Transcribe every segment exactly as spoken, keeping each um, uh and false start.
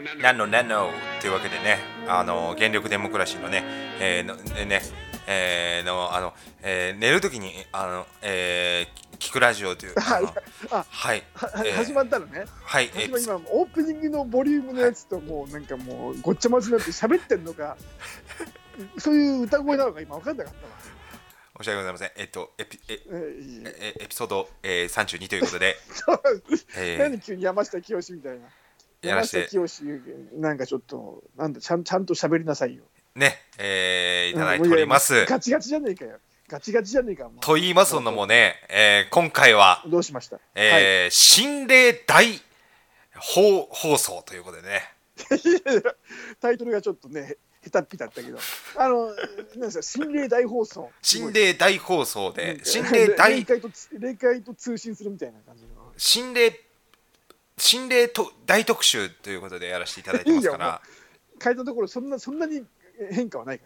ナノナノというわけでね、あの原力デモクラシーのね、えー、のね、えー、のあの、えー、寝るときにあの、えー、聞くラジオというあのあはい、 はえー、 始まったのね。 はい、 私も今オープニングのボリュームのやつともうなんかもうごっちゃ混ぜになって喋ってんのか、そういう歌声なのか今分かんなかったわ。 申し訳ございません。えっとエピえええエピソード、えー、さんじゅうにということで、 えー、何急に山下清みたいな。山下清なんかちょっとなんだちゃんちゃんと喋りなさいよ。 ね、えー、いただいております。 うん、ガチガチじゃねえかよ。ガチガチじゃねえか。 と言いますのもね、えー、今回はどうしました。 えーはい、心霊大放放送ということでね。 タイトルがちょっとね。下手っぴだったけど、あのなんですか心霊大放送、 心霊大放送で心霊大霊界と霊界と通信するみたいな感じの心霊心霊と大特集ということでやらせていただいてますから、 変えたところそんなそんなに変化はないから、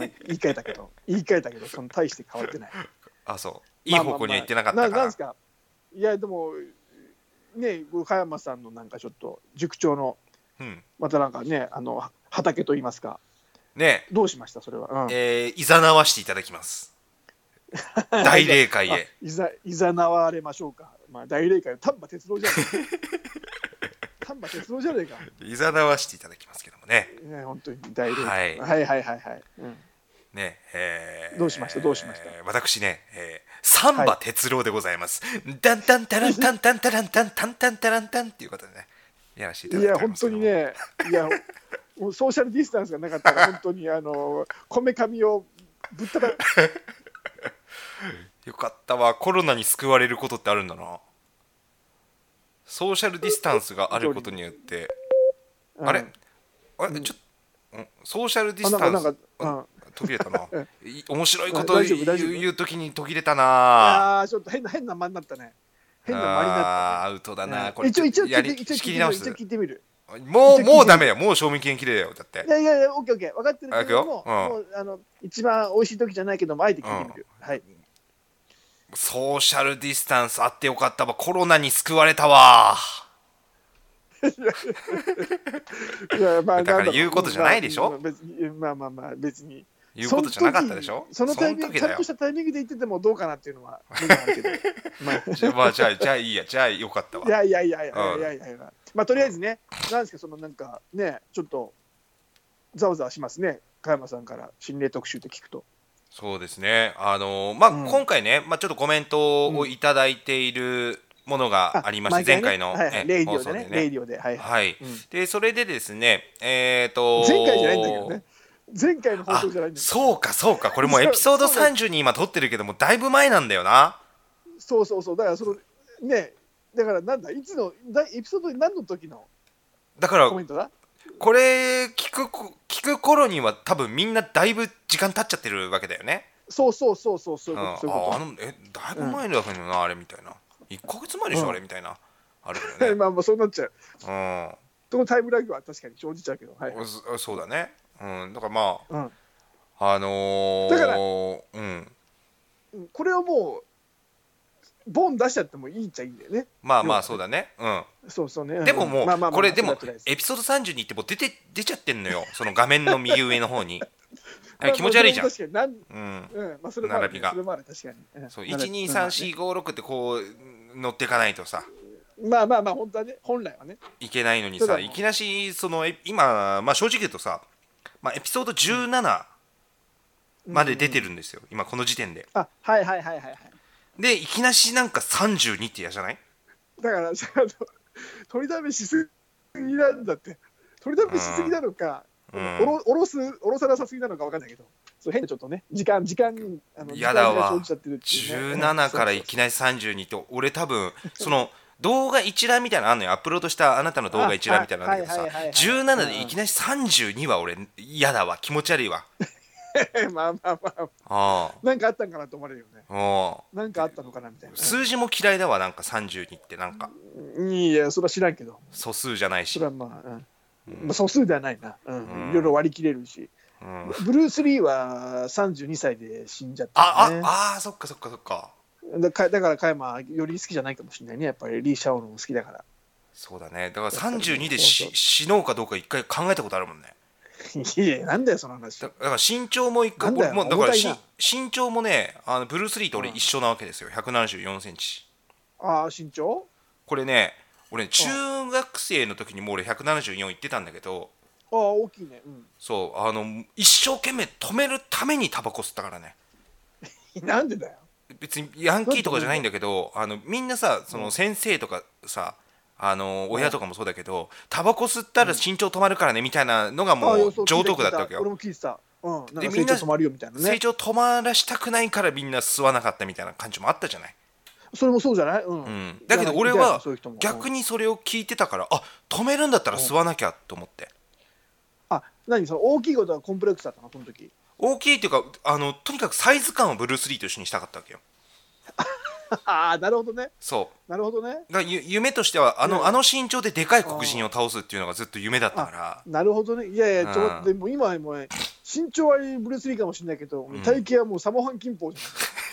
言い換えたけど言い換えたけどその大して変わってない。 あ、そういい方向には言ってなかったから、 まあまあまあ、な, なんですか。いやでもね、加山さんのなんかちょっと塾長の、うん、またなんかねあの畑と言いますかね、 どうしましたそれは、うん、 えー、いざなわしていただきます大霊界へいざいざなわれましょうか。まあ大霊界丹波哲郎じゃねえ丹波哲郎じゃねえか。 いざなわしていただきますけどもね。 ね本当に大霊界、 はい、 はいはいはいはい、うん、 ねえー、 どうしましたどうしました。 私ね、えー、サンバ哲郎でございます。ダンタンタランタンタンタランタンタンタンタランタンっていうことでねやらせていただいておりますけども。 いや本当にね、いやもうソーシャルディスタンスがなかったら本当にあのこめかみをぶったたよかったわ。コロナに救われることってあるんだな。ソーシャルディスタンスがあることによって、うん、あれあれちょっと、うん、ソーシャルディスタンス途切れたな面白いこと言 う, 言う時に途切れたな。 あちょっと変な変な間になったね。変な間になった、ね、 あアウトだな、うん、これ一応一応やり一応仕切り直す。 一応聞いてみる。 もうもうダメよ。もう賞味期限切れだよ。だっていやいやいやオッケーオッケー分かってるけども、 うん、 もうあの一番美味しい時じゃないけどもあえて聞いてみる、うん、はい。 ソーシャルディスタンスあってよかったわ。コロナに救われたわ。いや、まあ、だから言うことじゃないでしょ。 まあまあまあ別に言うことじゃなかったでしょ。 そのタイミングちゃんとしたタイミングで言っててもどうかなっていうのはあるけどまあ、じゃあまあじゃあじゃあいいやじゃあよかったわ。 いやいやいやいやいやいやいや、まあとりあえずね、なんですかそのなんかねちょっとざわざわしますね。加山さんから心霊特集って聞くと。 そうですね。あのまあ、うん、今回ね、まあ、ちょっとコメントをいただいているものがありまして、うん、前回の、 はいはい、レイディオでね、レイディオで、はいはい、うん、でそれでですね、えっ、ー、と前回じゃないんだけどね。前回の放送じゃないんだけど。 そうかそうか、これもうエピソードさんじゅうに今撮ってるけどもだいぶ前なんだよな。 そうそうそう、だからそのね、だからなんだいつのエピソード何の時のだからコメントだ。 これ聞く聞く頃には多分みんなだいぶ時間経っちゃってるわけだよね。 そうそうそうそうそういうこと、そういうこと。 あのえだいぶ前だけどな、うん、あれみたいな。いっかげつまえでしょ、うん、あれみたいなあるけどね。 まあまあそうなっちゃう。 うん。 そのタイムラグは確かに生じちゃうけど、はい。 そうだね。うん。だからまあ、うん、あのー、 だから、 うん。 これをもうボン出しちゃってもいいっちゃいいんだよね。 まあまあそうだね。うん。 そうそうね。 でももう、まあまあまあ、これでもエピソードさんじゅうにってもう出て出ちゃってんのよ。その画面の右上の方に。気持ち悪いじゃん。 確かに、うん、まあそれもある、 並びが。 それもある確かに。 そういちにさんしごろくってこう乗っていかないとさ。 まあまあまあ本当はね、本来はね。 いけないのにさ、いきなしその今まあ正直言うとさ、まあエピソードじゅうななまで出てるんですよ。今この時点で。 あ、はいはいはいはいはい。 でいきなしなんかさんじゅうにってやじゃない？ だから取りだめしすぎなんだって。取りだめしすぎなのか。うん、おろおろすおろさなさすぎなのか分かんないけど、そう変でちょっとね時間時間あのやだわ。じゅうななからいきなりさんじゅうにと俺多分その動画一覧みたいなのあんのよ。アップロードしたあなたの動画一覧みたいなのあるけどさ、じゅうななでいきなりさんじゅうには俺やだわ、気持ち悪いわ。 まあまあまあ、あなんかあったんかなと思われるよね。あなんかあったのかなみたいな。 数字も嫌いだわ、なんかさんじゅうにってなんか。 いやそれは知らんけど。 素数じゃないし。 それはまあ。うんまあ、素数ではないな、うんうん、いろいろ割り切れるし、うん、ブルース・リーはさんじゅうにさいで死んじゃった、ね、 あああそっかそっかそっかだかだから加山より好きじゃないかもしれないね、やっぱりリー・シャオロン好きだから。 そうだね。だからさんじゅうにでし死のうかどうか一回考えたことあるもんね。 いやなんだよその話。 だだから身長も一回なんだよもうだからし重たいな身長もね、あのブルース・リーと俺うん一緒なわけですよ。ひゃくななじゅうよんセンチ。 ああ身長これね、俺ね中学生の時にもう俺ひゃくななじゅうよんいってたんだけど、 ああ大きいね、うんそうあの一生懸命止めるためにタバコ吸ったからね。 なんでだよ。 別にヤンキーとかじゃないんだけど、あのみんなさ、その先生とかさ、あの親とかもそうだけど、タバコ吸ったら身長止まるからねみたいなのがもう上等句だったわけよ。 俺も聞いてた。うん、なんかでみんな成長止まるよみたいなね。 成長止まらしたくないからみんな吸わなかったみたいな感じもあったじゃない。 それもそうじゃない、うんうん、だけど俺は逆に、 にそれを聞いてたから、あ、止めるんだったら吸わなきゃと思って。 あ、何その大きいことはコンプレックスだったのその時。 大きいっていうか、あのとにかくサイズ感をブルース・リーと一緒にしたかったわけよ。 ああなるほどね。 そうなるほどね。 だからゆ夢としてはあの、 うんあの身長ででかい黒人を倒すっていうのがずっと夢だったから。 なるほどね。いやいやちょっうんとでも今はもう、ね、身長はブルース・リーかもしれないけど、 ん体型はもうサモハン・キンポじ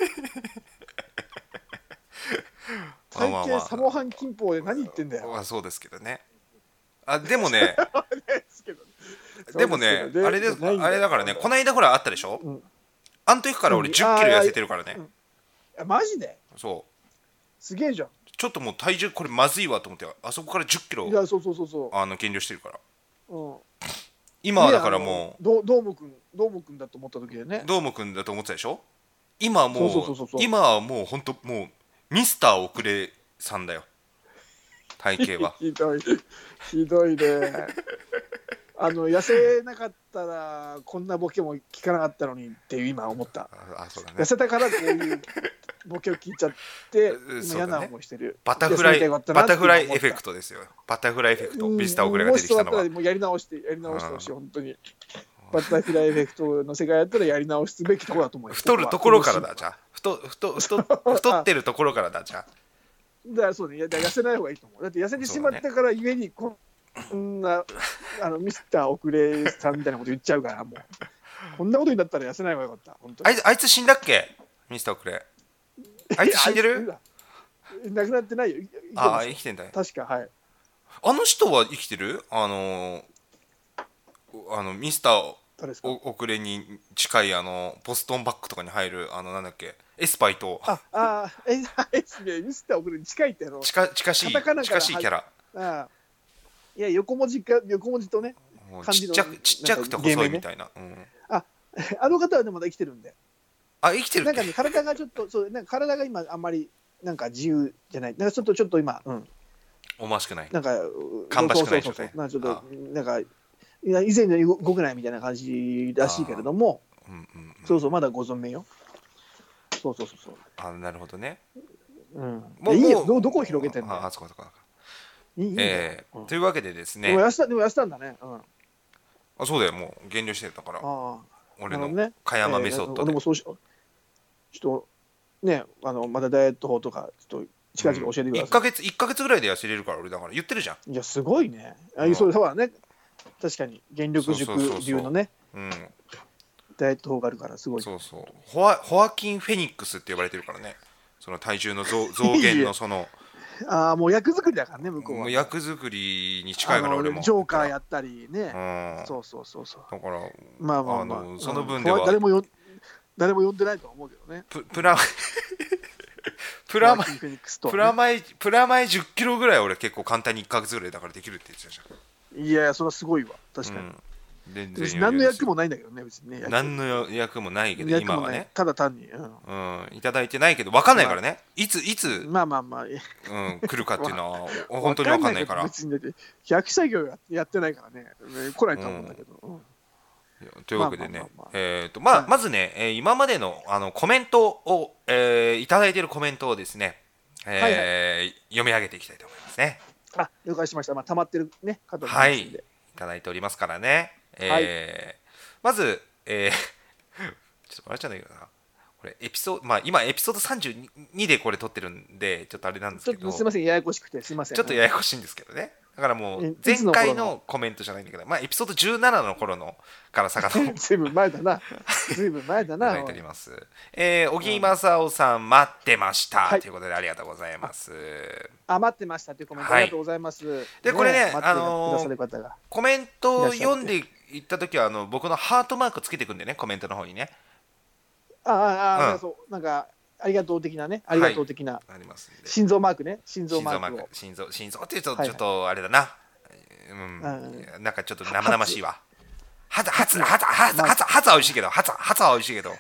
ゃん。体型サモハン・キンポで何言ってんだよ。 あ、そうですけどね。あ、でもねですけどねでもね、あれです、あれだからね、この間ほらあったでしょ、 うん、 あの時から俺じゅっキロ痩せてるからね。 あ、マジでそうすげえじゃん。 ちょっともう体重これまずいわと思って、あそこからじゅっキロいやそうそうそうそう、 あの減量してるから、 うん、 今はだからもうどどーもくんどーもくんだと思った時でね。 どーもくんだと思ってたでしょ。今はもうそうそうそうそう今はもう本当もうミスター遅れさんだよ、体型は。 ひどいひどいね。あの痩せなかったらこんなボケも聞かなかったのにっていう今思った。 ああ、そうだね。 痩せたからこういうボケを聞いちゃって今嫌な思いしてる。バタフライバタフライエフェクトですよ。バタフライエフェクト、ミスター遅れが出てきたのは。 もしそうだったらもうやり直してやり直してほしい、本当に。バタフライエフェクトの世界やったらやり直すべきところだと思うよ。 太るところからだ、じゃあ太太太太ってるところからだ、じゃあ。 だからそうね、や痩せない方がいいと思う。だって痩せてしまったからゆえにこんなあのミスター遅れさんみたいなこと言っちゃうから、もうこんなことになったら痩せない方がよかった。本当に。 あいつあいつ死んだっけ、ミスター遅れ。あいつ死んでる？ 亡くなってないよ。 ああ、生きてんだよ。 確か、はい。 あの人は生きてる？あのあのミスター遅れに近いあのボストンバッグとかに入るあのなんだっけ、エスパイと。 ああ、えミスター遅れに近いってやろ。 近近しい近しいキャラ。 ああ、いや横文字か横文字とね。 ちっちゃくちっちゃくて細いみたいな。うん、 ああの方はでもまだ生きてるんで。 あ、生きてる。 なんかね、体がちょっとそうなんか体が今あんまりなんか自由じゃない。なんかちょっとちょっと今、うん、 おましくない。 なんか芳しくない状態。 なんかちょっとなんかいや以前のより動けないみたいな感じらしいけれども、うんうんうん、そうそうまだご存命よ。そうそうそうそう。 あ、なるほどね。 うん。もういいよ。どどこを広げてんの。 ああ、そうかそうか。 いいいいえーうん、というわけでですね。 でも痩せたでも痩せたんだね。うん。 あ、そうだよ、もう減量してたから。あ俺の加山メソッドで、 ねえー、俺もそうしちょっとね、あのまだダイエット法とかちょっと近々教えてください。 いっかげついっかげつぐらいで痩せれるから俺だから言ってるじゃん。 いやすごいね。あ、うん、そうだね。確かに原力塾流のね、ダイエット法があるからすごい。 そうそう。ホアホアキン・フェニックスって呼ばれてるからね。その体重の増増減のそのああ、もう役作りだからね、向こうは。もう役作りに近いから俺も。 ジョーカーやったりね。うん、そうそうそうそう。 だから、 まあまあまあ、 あのその分では、 うん、誰もよ誰も呼んでないとは思うけどね。 ププラプラマイプラマイプラマイじゅっキロぐらい俺結構簡単にいっかげつぐらいだからできるって言ってたじゃん。 いやそれはすごいわ、確かに。うん全然何の役もないんだけどね、別にね。 何の役もないけど、今はね。 ただ単に、うんうん、いただいてないけど、分かんないからね。いつ、いつ、 まあまあまあ、うん、 来るかっていうのは、本当に分かんないから。 別にひゃく作業やってないからね、来ないと思うんだけど。うんうん、というわけでね、えっと、まあ、まずね、えー、今までの、あの、コメントを、えー、いただいているコメントをですね、えーはいはい、読み上げていきたいと思いますね。 あ、了解しました。まあ、溜まってるね、方はい、いただいておりますからね。えーはい、まず、えー、ちょっと笑っちゃうんだけどな、これエピソード、まあ今エピソードさんじゅうにでこれ撮ってるんでちょっとあれなんですけど、 すみません、ややこしくてすみません、 ちょっとややこしいんですけどね、 だからもう前回のコメントじゃないんだけど、まあエピソードじゅうななの頃のからさかのずいぶん前だなずいぶん前だな。いただいております。えー、小木正夫さん待ってました、はい、ということでありがとうございます。 あ、待ってましたというコメントありがとうございます。はい、 でこれね、あのー、コメントを読んでいった時はあの僕のハートマークつけていくんでね、コメントの方にね。 ああ、うん、そうなんかありがとう的なね、ありがとう的な、はい、 ありますんで、 心臓マークね、心臓マークを心臓心臓って言うとちょっとあれだな、はいはい、うん、なんかちょっと生々しいわ。はつはつはつはつはつはつは美味しいけど、はつはつは美味しいけど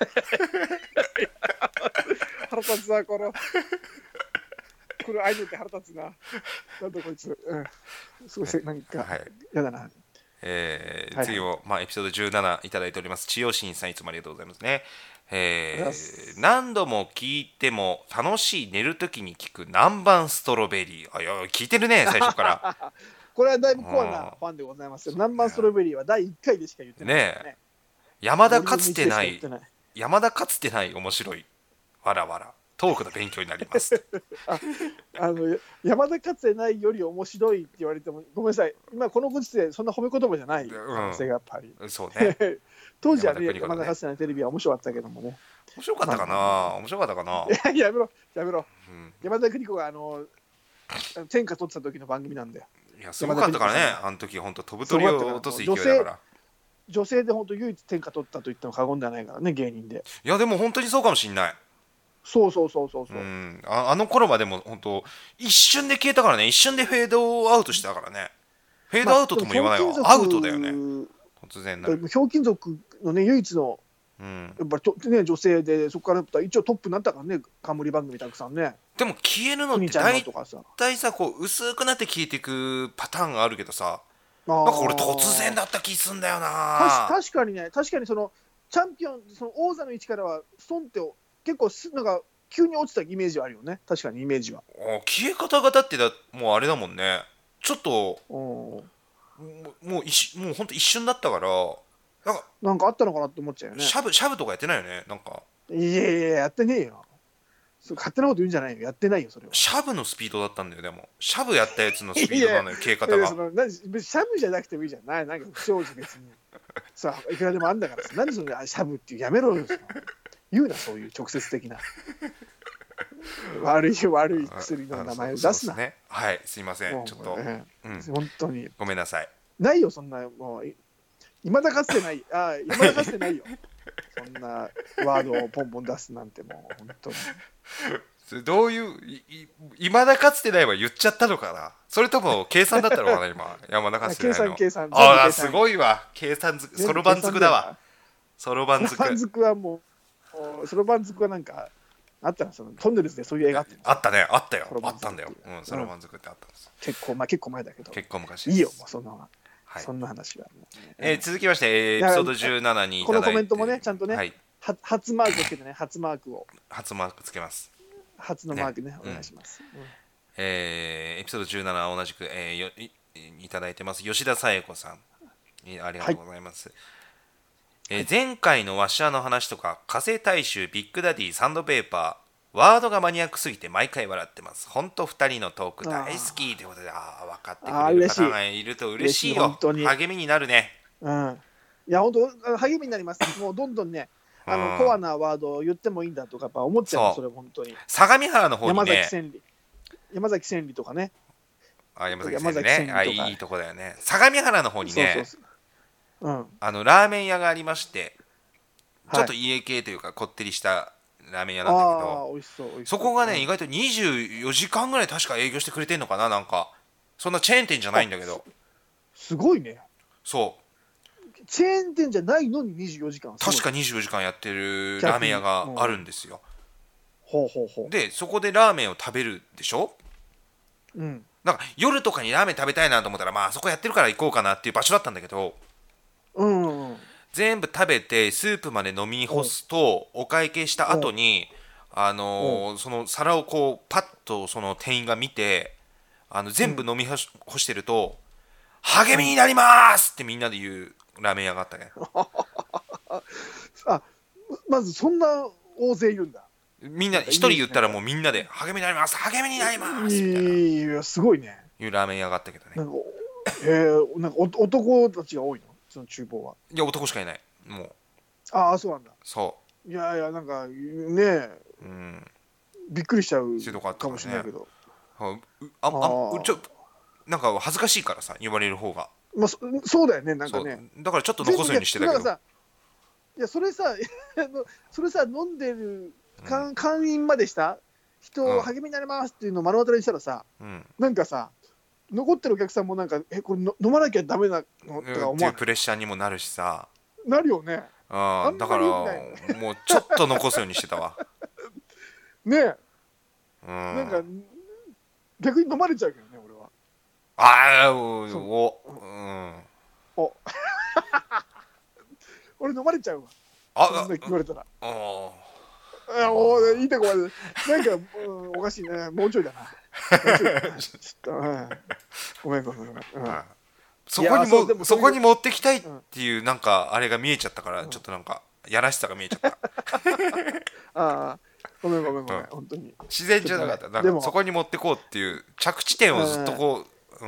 腹立つなこのこれアイドルって腹立つな。なんだこいつ、うん、すごいなんか、はい、やだな。 えーはいはい、次を、まあ、エピソードじゅうなないただいております。千代新さんいつもありがとうございますね。えー、何度も聞いても楽しい寝るときに聞く南蛮ストロベリー。あ、いや聞いてるね最初からこれはだいぶコアなファンでございますよ。南蛮ストロベリーはだいいっかいでしか言ってないですね。ね、 山田かつてない山田かつてない面白いわらわらトークの勉強になりますああの山田かつてないより面白いって言われてもごめんなさい、今このご時世そんな褒め言葉じゃない可能性がやっぱり、 うん、そうね当時はね、山田かつてないテレビは面白かったけどもね。 面白かったかな、面白かったかな。 いややめろやめろ、うん、山田邦子があの天下取ってた時の番組なんだよ。 いやすごかったからね、あの時本当飛ぶ鳥を落とす勢いだから。 女性で本当唯一天下取ったと言っても過言ではないからね、芸人で。 いやでも本当にそうかもしれない。 そうそうそうそうそう、 うん、あ, あの頃はでも本当一瞬で消えたからね、一瞬でフェードアウトしてたからね。フェードアウトとも言わないわ、まあ、アウトだよね。突然なる。 ひょうきん族のね唯一の、うん、やっぱりね女性で、そこから一応トップになったからね、冠番組たくさんね。 でも消えるのって大体さ、こう薄くなって消えていくパターンがあるけどさ、なんか俺突然だった気すんだよな。 確かにね、確かにそのチャンピオン、その王座の位置からはストンって結構なんか急に落ちたイメージはあるよね。確かにイメージは。 消え方がだってだもうあれだもんね。ちょっともうもう一もう本当一瞬だったから、 なんかなんかあったのかなって思っちゃうよね。 シャブシャブとかやってないよね、なんか。 いやいややってねえよ。そう勝手なこと言うんじゃないよ、やってないよそれは。 シャブのスピードだったんだよ。でもシャブやったやつのスピードなのよ、消え方が。 その何シャブじゃなくてもいいじゃない。なんか不祥事別にさあいくらでもあんだからさ、何でそのシャブっていうやめろよ。言うな、そういう直接的な悪い悪い薬の名前を出すな。 ね、はい、すいません、ちょっと、 えーうん、本当にごめんなさい。 ないよそんな、もういまだかつてない、あいまだかつてないよそんなワードをポンポン出すなんて、もう本当にどういういいまだかつてないは言っちゃったのかな、それとも計算だったのかな今山田かつてないの。 計算計算、 ああすごいわ、計算ずく、そろばんずくだわ。そろばんずく、そろばんずくはもうそろばんずくはなんかあったの、そのトンネルズでそういう映画あったね、あったよ、あったんだよ、うん、そろばんずくってあったんです、 うん、結構まあ結構前だけど、 結構昔です。 いいよもうそんな、はい、そんな話は、ね、 えー、続きまして、エピソードじゅうななにいただいて、 このコメントもねちゃんとね、 はい、 初マークをつけてね、初マークを初マークつけます、 初のマーク ね, ねお願いします、 うんうん、えー、エピソードじゅうなな同じく、えー、よ い, いただいてます。吉田紗恵子さん、ありがとうございます、はい、えー、前回のワッシャーの話とか火星大衆、ビッグダディ、サンドペーパー、ワードがマニアックすぎて毎回笑ってます。本当ふたりのトーク大好きということで、ああ分かってくれる方がいると嬉しいよ。励みになるね。 うん、いや本当励みになります。もうどんどんね、あの、うん、コアなワードを言ってもいいんだとかやっぱ思っちゃう。それ本当に相模原の方にね、 山崎千里山崎千里とかね、 あ山崎千里ね、あいいとこだよね。相模原の方にね、そうそうそう、うん、あのラーメン屋がありまして、ちょっと家系というかこってりしたラーメン屋なんだけど、 美味しそう美味しそう、そこがね、うん、意外とにじゅうよじかんぐらい確か営業してくれてんのかな、なんかそんなチェーン店じゃないんだけど、 す, すごいね。 そうチェーン店じゃないのににじゅうよじかん、 確かにじゅうよじかんやってるラーメン屋があるんですよ。 ほうほうほう。 でそこでラーメンを食べるでしょ、うん、なんか夜とかにラーメン食べたいなと思ったら、まあそこやってるから行こうかなっていう場所だったんだけど、うん、うん、全部食べてスープまで飲み干すと、お会計した後に、あのー、その皿をこうパッとその店員が見て、あの全部飲み干してると、うん、励みになりますってみんなで言うラーメン屋があったねあ、まずそんな大勢いるんだ。 みんな一人言ったらもうみんなで励みになります励みになりますみたいな。 いやすごいね。 いうラーメン屋があったけどね。 なんか、えー、なんかお男たちが多いのその厨房は。 いや男しかいないもう。 ああそうなんだ。 そういやいやなんかねえ、うん、 びっくりしちゃうかもしれないけど、 あああちょなんか恥ずかしいからさ言われる方が、 まあ、そ, そうだよねなんかね。 だからちょっと残すようにしてたけど。 いやそれさそれさ飲んでる会、会員までした人を励みになりますっていうのを目の当たりにしたらさ、うん、なんかさ残ってるお客さんもなんかえこれの飲まなきゃダメなのとか思わないっていうプレッシャーにもなるしさ。 なるよね。 あだからもうちょっと残すようにしてたわねえ、うん、なんか逆に飲まれちゃうけどね俺は。 ああおうんお俺飲まれちゃうわあそんな言われたら。ああおいいとこまでなんか、うん、おかしいねもうちょいだなごめんごめんごめん、うん、 そこにも そ, そこに持ってきたいっていうなんかあれが見えちゃったから、うん、ちょっとなんかやらしさが見えちゃったああごめんごめんごめん、うん、本当に自然じゃなかった。なんかそこに持ってこうっていう着地点をずっとこう、うん、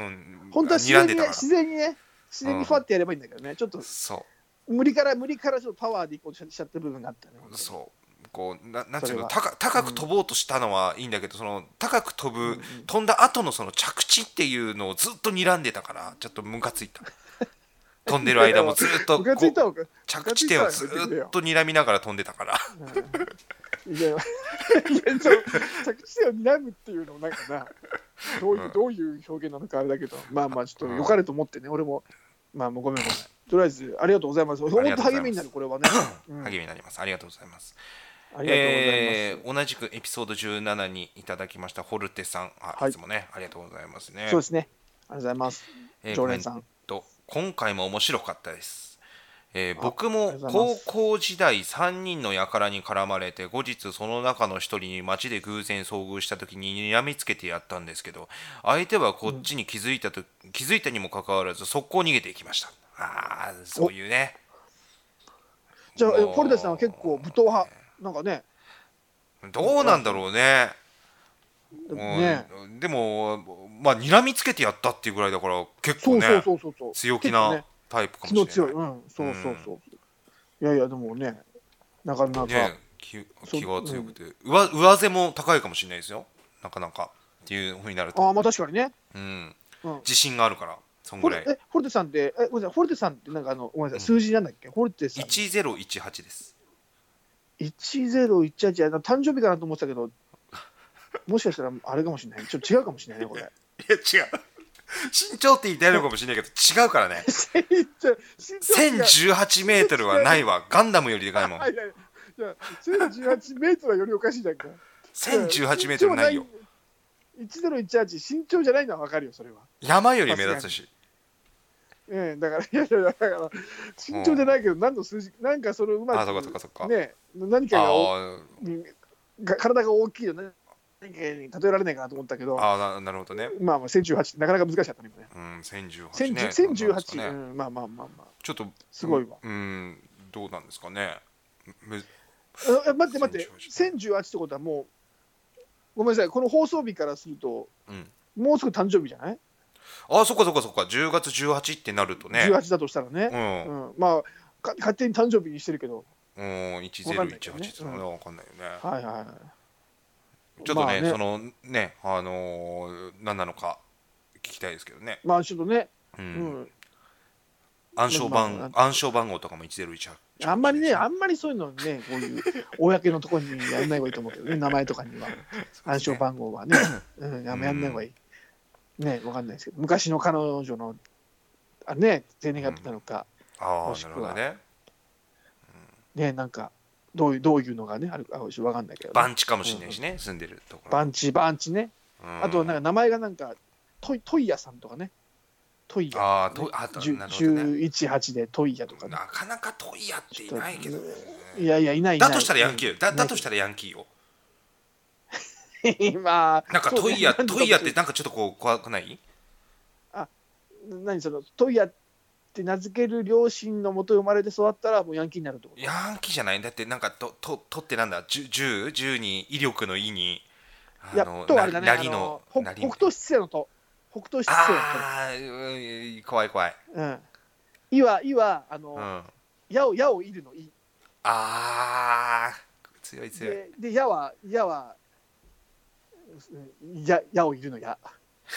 本当は自然にね自然にね自然にファってやればいいんだけどね、うん、ちょっとそう無理から無理からちょっとパワーでいこうとしちゃってる部分があったね。 そうこう な, なんていうの 高, 高く飛ぼうとしたのはいいんだけど、うん、その高く飛ぶ、うんうん、飛んだ後のその着地っていうのをずっと睨んでたからちょっとムカついた飛んでる間もずっとこう着地点をずっと睨みながら飛んでたからいやいや着地点を睨むっていうのもなんかなどういう、うん、どういう表現なのかあれだけどまあまあちょっと良かれと思ってね、うん、俺もまあもうごめんごめんとりあえずありがとうございます。本当励みになるこれはね、 うん、励みになります。ありがとうございます。ありがとうございます、えー、同じくエピソードじゅうななにいただきましたホルテさん、あ、はい、いつもねありがとうございますね。 そうですね、ありがとうございます、えー、常連さんと今回も面白かったです、えー、僕も高校時代さんにんの輩に絡まれて後日その中のひとりに街で偶然遭遇した時に睨みつけてやったんですけど相手はこっちに気づいたと、うん、気づいたにもかかわらず速攻逃げていきました。ああそういうね。 じゃあホルテさんは結構武闘派なんかね。 どうなんだろうね。ねでもまあ睨みつけてやったっていうぐらいだから結構ね強気なタイプかもしれない。 強い、うん、そうそうそう、うん、いやいやでもねなかなか、ね、 気, 気が強くて、うん、上, 上背も高いかもしれないですよなかなかっていうふうになると。 ああまあ確かにね、 うんうん、自信があるからそんぐらい。 えホルテさんってえごめんなさいホルテさんってなんかあのごめんなさい、うん、数字なんだっけホルテさんいちゼロいちはちです。 いちゼロいちはちや誕生日かなと思ってたけどもしかしたらあれかもしれないちょっと違うかもしれないねこれ。いや違う身長って言ってやるかもしれないけど違うからねせんじゅうはちメートルはないわガンダムよりでかいもん。いやいやせんじゅうはちメートルはよりおかしいじゃんか。 せんじゅうはちメートルないよ。 いちゼロいちはち身長じゃないのは分かるよそれは。 山より目立つし。 ええだからいやいやだから身長じゃないけど何の数字なんかそのうまくあそっかそっかそっかね何かが体が大きいよね何かに例えられないかなと思ったけど。 ああ な, なるほどね。 まあまあせんじゅうはちなかなか難しかったね今ね。 うんせんじゅうはちね。 せんじゅうはち、ねうん、まあまあまあまあちょっとすごいわ。 うんどうなんですかね。 あ待って待ってせんじゅうはちってことはもうごめんなさいこの放送日からすると、うん、もうすぐ誕生日じゃない。 ああそっかそっかそっかじゅうがつじゅうはちってなるとねじゅうはちだとしたらね、うんうん、まあか勝手に誕生日にしてるけどうんいちゼロいちはちってのは分かんないよね、 うん、はいはいちょっとね、まあ、ねそのねあのー、何なのか聞きたいですけどね。 まあちょっとね、 うんうん、暗証番、まあ、暗証番号とかもいちゼロいちはちあんまりねあんまりそういうのねこういう公のところにやらない方がいいと思うけどね名前とかには暗証番号はね、うん、やめやんない方がいい、うんね、わかんないですけど昔の彼女のあね生年月日なのか、 うん、ああなるほどね、 うん、ねなんかどういうどういうのがねあるかわかんないけど、ね、 番地かもしれないしね、うん、住んでるところ番地番地ね、うん、あとなんか名前がなんかトイトイヤさんとかねトイヤ、ね、 ああとあとじゅういちはちでトイヤとかねなかなかトイヤっていないけど、ね、 いやいやいないいないだとしたらヤンキーよ だ, だとしたらヤンキーよ今なんかトイヤ、ね、トイヤってなんかちょっとこう怖くない？ あ何そのトイヤって名付ける両親のもと生まれて育ったらもうヤンキーになるってこと？ ヤンキーじゃないだってなんかとととってなんだじゅう、じゅうに威力の意にあのいやとあれだねあの北斗七星のと北斗七星やったら。 あー、うん、怖い怖い。 うん。いは、いは、あの、 うん。 矢を、矢をいるのい。 あー、強い強い。 で、で、矢は、矢は、矢、矢をいるの矢。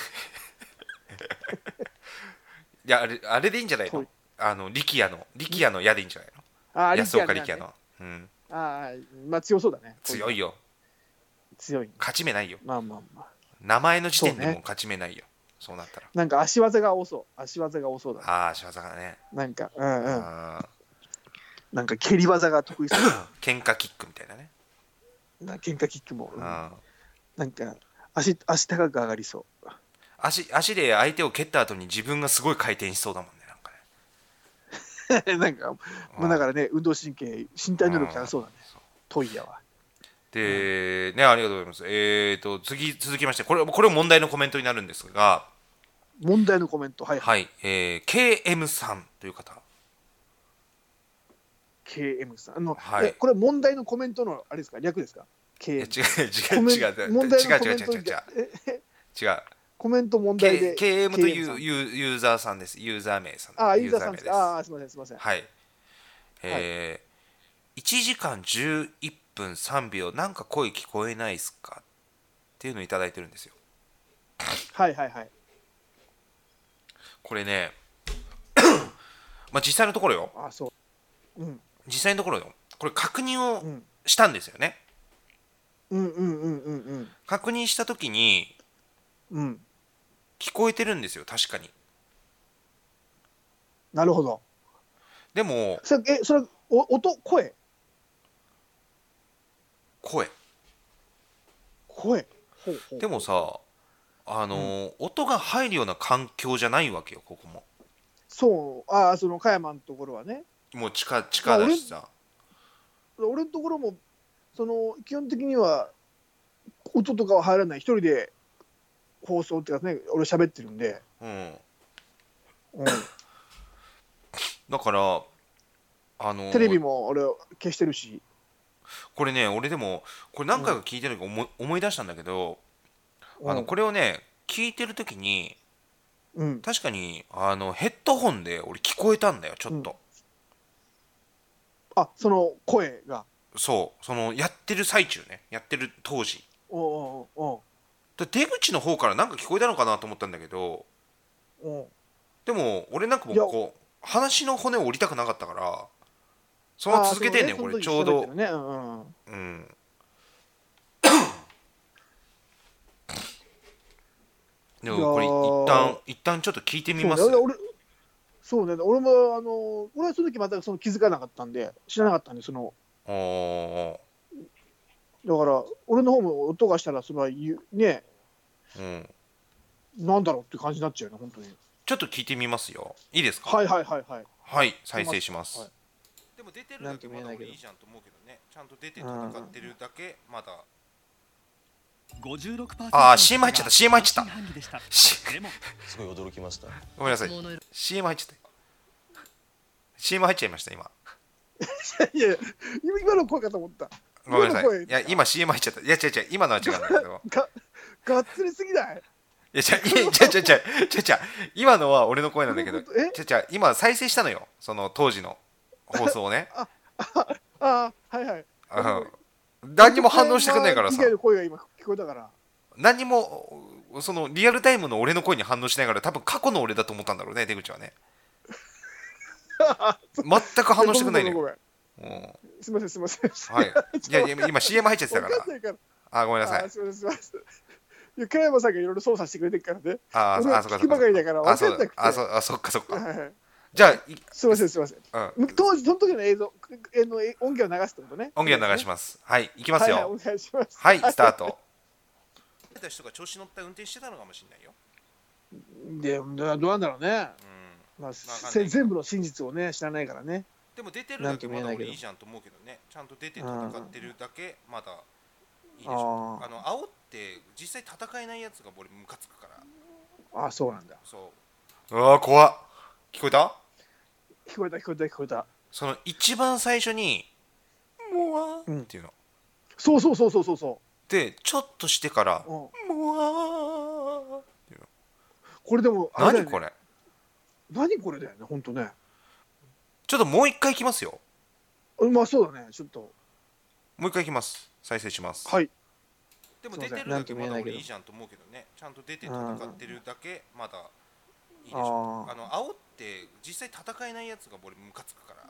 いや、あれ、あれでいいんじゃないの？あの、力也の、力也の矢でいいんじゃないの？ ああ、 安岡力也の。うん。 ああ、まあ強そうだね。 強いよ。 強い。 勝ち目ないよ。 まあまあまあ。 名前の時点でもう勝ち目ないよ。そうなったら。 なんか足技が多そう。足技が多そうだね。 ああ、足技がね。 なんか、うんうん。なんか蹴り技が得意そう。 喧嘩キックみたいなね。 な喧嘩キックも。 うん、 なんか足、足高く上がりそう。 足、足で相手を蹴った後に自分がすごい回転しそうだもんね。なんかね。 なんか、まあだからね、運動神経、身体能力高そうだね。トイヤは。 で、ね、ありがとうございます。えっ、ー、と、次、続きまして、これ、これ問題のコメントになるんですが、 問題のコメント、はい。 はい、えー、ケーエム さんという方。 ケーエム さん。あの、 はい、 これ問題のコメントの、あれですか、略ですか？ ケーエム。 違う、違う、違う、違う、 問題のコメント違う、違う、違う、違う。 コメント問題で。 ケーエム というユーザーさんです。ユーザー名さん。 あ、ユーザーさんです。あ、すみません、すみません。 はい。えー、いちじかんじゅういっぷんさんびょう、なんか声聞こえないっすかっていうのをいただいてるんですよ。 はいはいはい。 これね、まあ実際のところよ。 あ、そう。うん。 実際のところよ。これ確認をしたんですよね。 うんうんうんうんうん。 確認したときに、 うん。 聞こえてるんですよ、確かに。 なるほど。 でも、 それ、え、それ、お音、声声。 声。 ほうほう。でもさ、あのーうん、音が入るような環境じゃないわけよ、ここも。 そう、ああ、その加山のところはね。 もう地下、地下だしさ。 俺, 俺のところも、その、基本的には、音とかは入らない、一人で放送っていうかね、俺喋ってるんで。 うん。 うん、 だから、あのー、 テレビも俺消してるし。 これね、俺でも、これ何回か聞いてるから思い、思い出したんだけど、あのこれをね聞いてる時に、うん、確かにあのヘッドホンで俺聞こえたんだよちょっと、 うん、あ、その声がそうそのやってる最中ねやってる当時おおおで出口の方からなんか聞こえたのかなと思ったんだけどおでも俺なんかもうこう話の骨を折りたくなかったからその続けてんねん、これちょうど、 ね、うんうん、 うんでもこれ一旦一旦ちょっと聞いてみます。 そうね、俺そうね、俺もあの俺はその時またその気づかなかったんで知らなかったんでそのだから俺の方も音がしたらそれはね、うん、なんだろうって感じになっちゃうよね本当に。 ちょっと聞いてみますよ。いいですか？ はいはいはいはい。 はい再生します。はい、 でも出てるだけまだ俺いいじゃんと思うけどね。ちゃんと出て戦ってるだけまだ。 ごじゅうろくパーセント ああ シーエム 入っちゃった シーエム 入っちゃったすごい驚きました。 ごめんなさい シーエム 入っちゃった シーエム 入っちゃいました今いやいや今の声かと思った。 ごめんなさい。いや今 シーエム 入っちゃった。いや違う違う今のは違うんだけどががっつりすぎない？ いや違う違う違う違う違う違う今のは俺の声なんだけど違う違う今再生したのよその当時の放送をねあああはいはいあ何にも反応してくんないからさ声が今聞こえたから何にもそのリアルタイムの俺の声に反応しないから多分過去の俺だと思ったんだろうね出口はね全く反応してくんないねすみませんすみませんはいいやいや今 シーエム 入っちゃってたからあごめんなさいすみませんすみませんいや加山さんがいろいろ操作してくれてるからねああそっかそっかあそっかあそあそっかそっかじゃあすみませんすみません当時その時の映像音源を流すってことね音源を流しますはいいきますよはいお願いしますはいスタートた人が調子乗った運転してたのかもしれないよ。 でどうなんだろうね。うんまあ、全部の真実をね知らないからね。 でも出てるだけまだ俺いいじゃんと思うけどね。ちゃんと出て戦ってるだけまだいいでしょ。あの煽って実際戦えないやつが俺ムカつくから。 ああそうなんだ。 そう。うわ怖っ。聞こえた？ 聞こえた聞こえた聞こえた。 その一番最初にもわーっていうの。 そうそうそうそうそうそう。 でちょっとしてから、うん、もわーっていうのこれでもあれだよね、 何これ何これだよね、ほんとね。 ちょっともう一回いきますよ。 まあそうだね、ちょっと。 もう一回いきます。再生します。 はい。 でも出てるだけまだ俺いいじゃんと思うけどね。ちゃんと出て戦ってるだけまだいいでしょ。あの煽って実際戦えないやつが俺ムカつくから。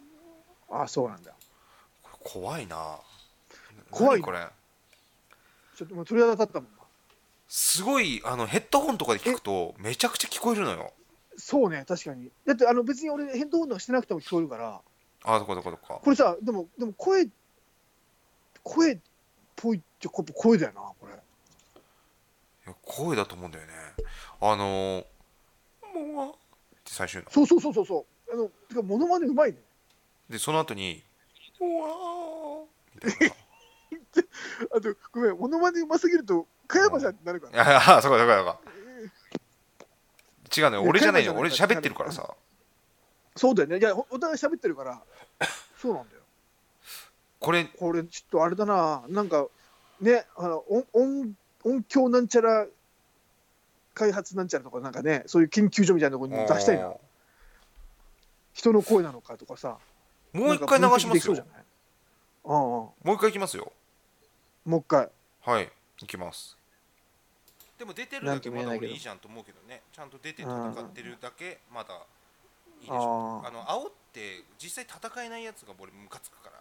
ああ、そうなんだ。 これ怖いな。 怖いこれ。 ちょっともう鳥肌立ったもんな。 すごいあのヘッドホンとかで聞くとめちゃくちゃ聞こえるのよ。 そうね、確かに。だってあの別に俺ヘッドホンとかしてなくても聞こえるから。 ああ、どこどこどこ。 これさ、でもでも声声っぽいって声だよな、これ。いや声だと思うんだよね。あのー、もうって最終の。 そうそうそうそうそう。あのてかモノマネうまいね。 でその後にもわみたいな。 あとごめん、モノマネうますぎると加山さんになるから、 ね。ああ、そこだそこだそこ。違うのよ、俺じゃないよ、俺喋ってるからさ。 そうだよね、いやお互い喋ってるからそうなんだよ。 これこれちょっとあれだな、なんかね、あの音音音響なんちゃら開発なんちゃらとかなんかね、そういう研究所みたいなところに出したいな。人の声なのかとかさ。 もう一回流しますよ。 ああ、もう一回いきますよ。 もう一回。 はい、いきます。 でも出てるだけまだ俺いいじゃんと思うけどね。ちゃんと出て戦ってるだけまだいいでしょ。あの煽って実際戦えないやつが俺ムカつくから。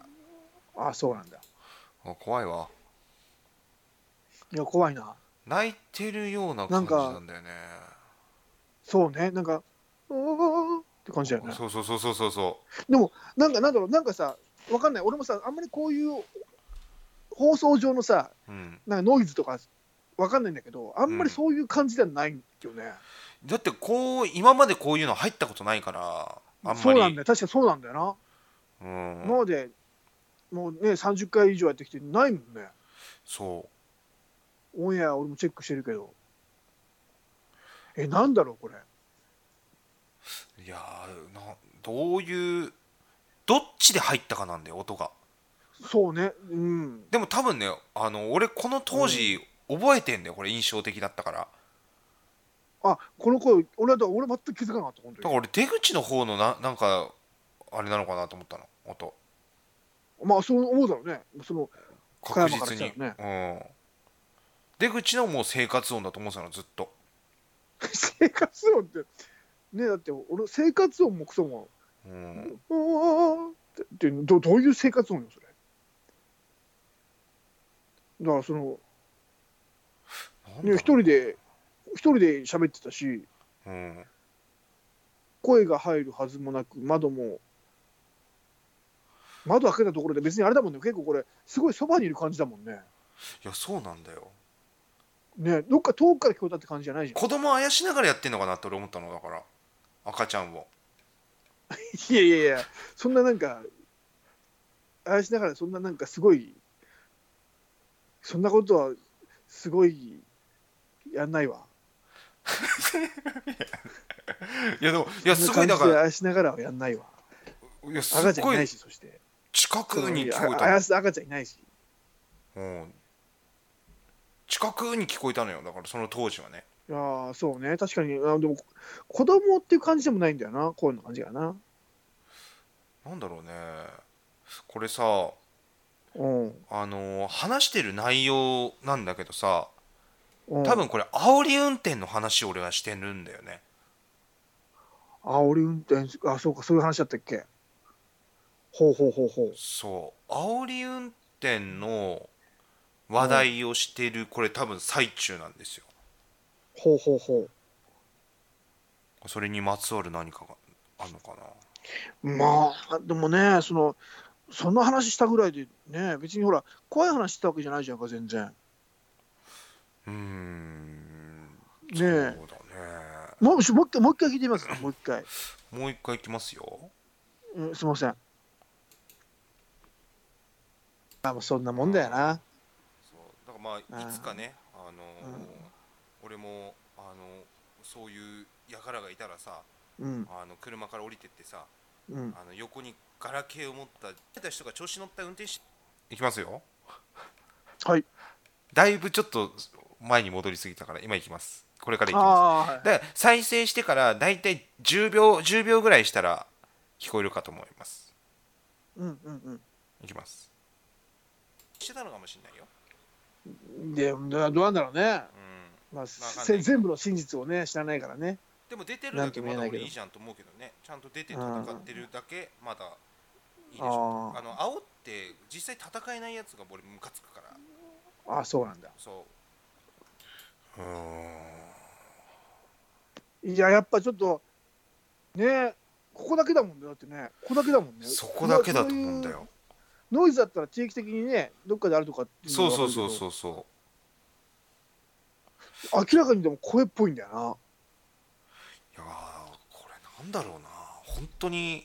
ああ、そうなんだ。 あ、怖いわ。 いや、怖いな。 泣いてるような感じなんだよね。 そうね、なんかうーって感じだよね。 そうそうそうそうそうそう。 でもなんかなんだろう、なんかさ、わかんない。俺もさ、あんまりこういう放送上のさ、うん、なんかノイズとかわかんないんだけど、あんまりそういう感じではないんよね。 うん、だってこう今までこういうの入ったことないから、あんまり。 そうなんだよ、確かそうなんだよな。 うん、 今までもうねさんじゅっかい以上やってきてないもんね。 そう。 オンエア俺もチェックしてるけど、え、なんだろうこれ。 いやーな、どういうどっちで入ったかなんだよ、音が。 そうね、うん。 でも多分ね、あの俺この当時、うん、覚えてんだよ、これ印象的だったから。 あ、この声俺だ俺全く気づかなかった。本当にだから俺出口の方のななんかあれなのかなと思ったの、音。 まあそう思うだろうね、その確実に、ね、うん、出口のもう生活音だと思ってたのずっと。 生活音ってね、だって俺生活音もクソも、うん、うんってどどういう生活音よそれ。だからそのね、一人で一人で喋ってたし、うん、声が入るはずもなく、窓も窓開けたところで別にあれだもんね、結構これすごいそばにいる感じだもんね。 いや、そうなんだよね、どっか遠くから聞こえたって感じじゃないじゃん。 子供あやしながらやってんのかなって俺思ったのだから、赤ちゃんを。 いやいやいや、そんななんかあやしながらそんななんかすごいそんなことはすごいやんないわ。 いやでもいやすごいだからあやしながらはやんないわ。 いや赤ちゃんいないし、そして近くに聞こえたの。 あやす赤ちゃんいないし、 うん、近くに聞こえたのよ、だからその当時はね。 いやそうね、確かに。あでも子供っていう感じでもないんだよな、こういうの感じがな。 なんだろうね、これさ、うん、あの話してる内容なんだけどさ、うん、多分これ煽り運転の話を俺はしてるんだよね。 煽り運転、あ、そうか、そういう話だったっけ。ほうほうほうほう。 そう煽り運転の話題をしてる、これ多分最中なんですよ。 ほうほうほう。それにまつわる何かがあるのかな。まあでもね、そのそんな話したぐらいでね、別にほら怖い話したわけじゃないじゃんか、全然。 うーん、 ねえ、そうだね。もうもう一回もう一回聞いてみますか。もう一回もう一回いきますよ。 うん、すみません。あ、もうそんなもんだよな。 そうだからまあいつかね、あのーうん、俺もあのそういう輩がいたらさ、うん、あの車から降りてってさ、うん、あの横にガラケーを持った人が調子乗った運転手。 いきますよ。 はい。 だいぶちょっと前に戻りすぎたから今いきます。 これからいきます。で再生してからだいたいじゅうびょうじゅうびょうぐらいしたら聞こえるかと思います。 うんうんうん。 いきます。してたのかもしれないよ。 でどうなんだろうね。うん、まあ、全部の真実をね知らないからね。 でも出てるだけまだ俺いいじゃんと思うけどね。ちゃんと出て戦ってるだけまだいいでしょ。あの煽って実際戦えないやつが俺ムカつくから。 ああそうなんだ。 そう。うーん。いややっぱちょっとねここだけだもんね。だってねここだけだもんね。 そこだけだと思うんだよ。 ノイズだったら定期的にねどっかであるとかっていうのがそうそうそうそうそう明らかにでも声っぽいんだよな。 いやこれなんだろうな本当に。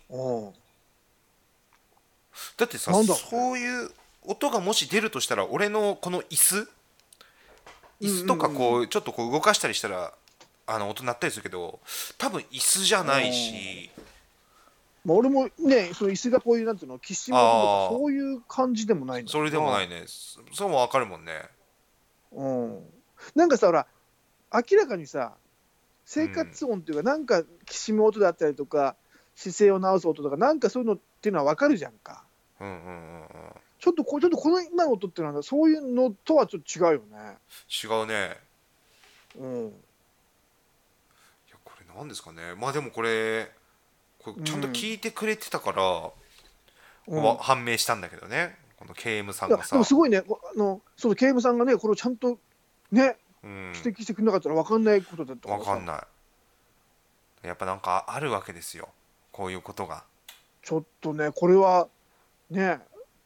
だってさ、ね、そういう音がもし出るとしたら俺のこの椅子椅子とかこうちょっとこう動かしたりしたらあの音鳴ったりするけど多分椅子じゃないし、 まあ、俺もねその椅子がこういうなんていうのきしむとかそういう感じでもないんだ。 それでもないね。そうも分かるもんね。 うん。なんかさほら明らかにさ生活音っていうか、うん、なんかきしむ音だったりとか姿勢を直す音とかなんかそういうのっていうのは分かるじゃんか。うんうんうんうん。ちょっとこちょっとこの今の音っていうのはそういうのとはちょっと違うよね。 違うね。うん。いやこれなんですかね。まあでもこれこれちゃんと聞いてくれてたから、うん、判明したんだけどね。この ケーエム さんがさ。 でもすごいね。あのその ケーエム さんがねこれをちゃんとね、うん、指摘してくれなかったら分かんないことだったからさ。分かんない。やっぱなんかあるわけですよ。こういうことが。 ちょっとねこれはね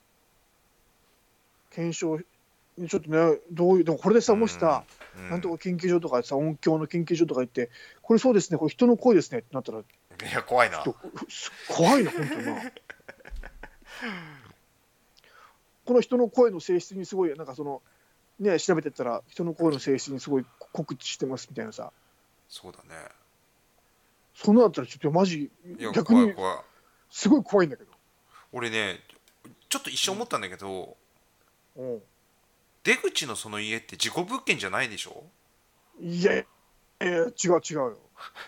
検証ちょっとねどういうでもこれでさもしさ、うん、なんとか研究所とかさ音響の研究所とか行ってこれそうですねこれ人の声ですねってなったらいや怖いな怖いな本当なこの人の声の性質にすごいなんかそのね調べてったら人の声の性質にすごい告知してますみたいなさ。 そうだね。 そんなだったらちょっとマジ逆にすごい怖いんだけど。 俺ねちょっと一瞬思ったんだけど、うん、出口のその家って事故物件じゃないでしょ。 いやいや違う違うよ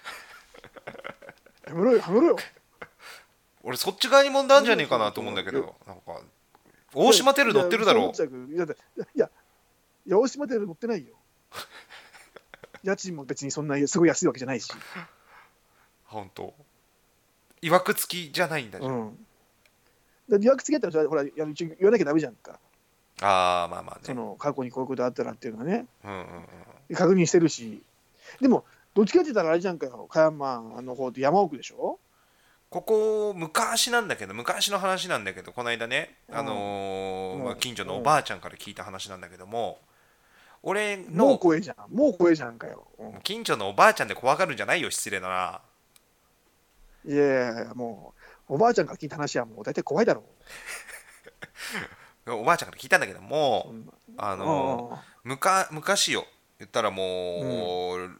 やめろよやめろよ俺そっち側に問題あるんじゃねえかなと思うんだけどなんか大島テル乗ってるだろ。 いやいやいや大島テル乗ってないよ家賃も別にそんなすごい安いわけじゃないし。 本当いわくつきじゃないんだじゃん。 いわくつきだったらほら言わなきゃダメじゃんか。 ああまあまあね。 その過去にこういうことあったらっていうのはね、うんうんうん、確認してるし。でもどっちかって言ったらあれじゃんかよ加山の方って山奥でしょ。 ここ昔なんだけど昔の話なんだけどこの間ね、うんあのーうんまあ、近所のおばあちゃんから聞いた話なんだけども、俺のもう怖えじゃんもう怖えじゃんかよ、 うん、近所のおばあちゃんで怖がるんじゃないよ失礼だな。 いやいやいやもうおばあちゃんから聞いた話はもう大体怖いだろうおばあちゃんから聞いたんだけども、うん、あのー、むか昔よ言ったらもう、うん、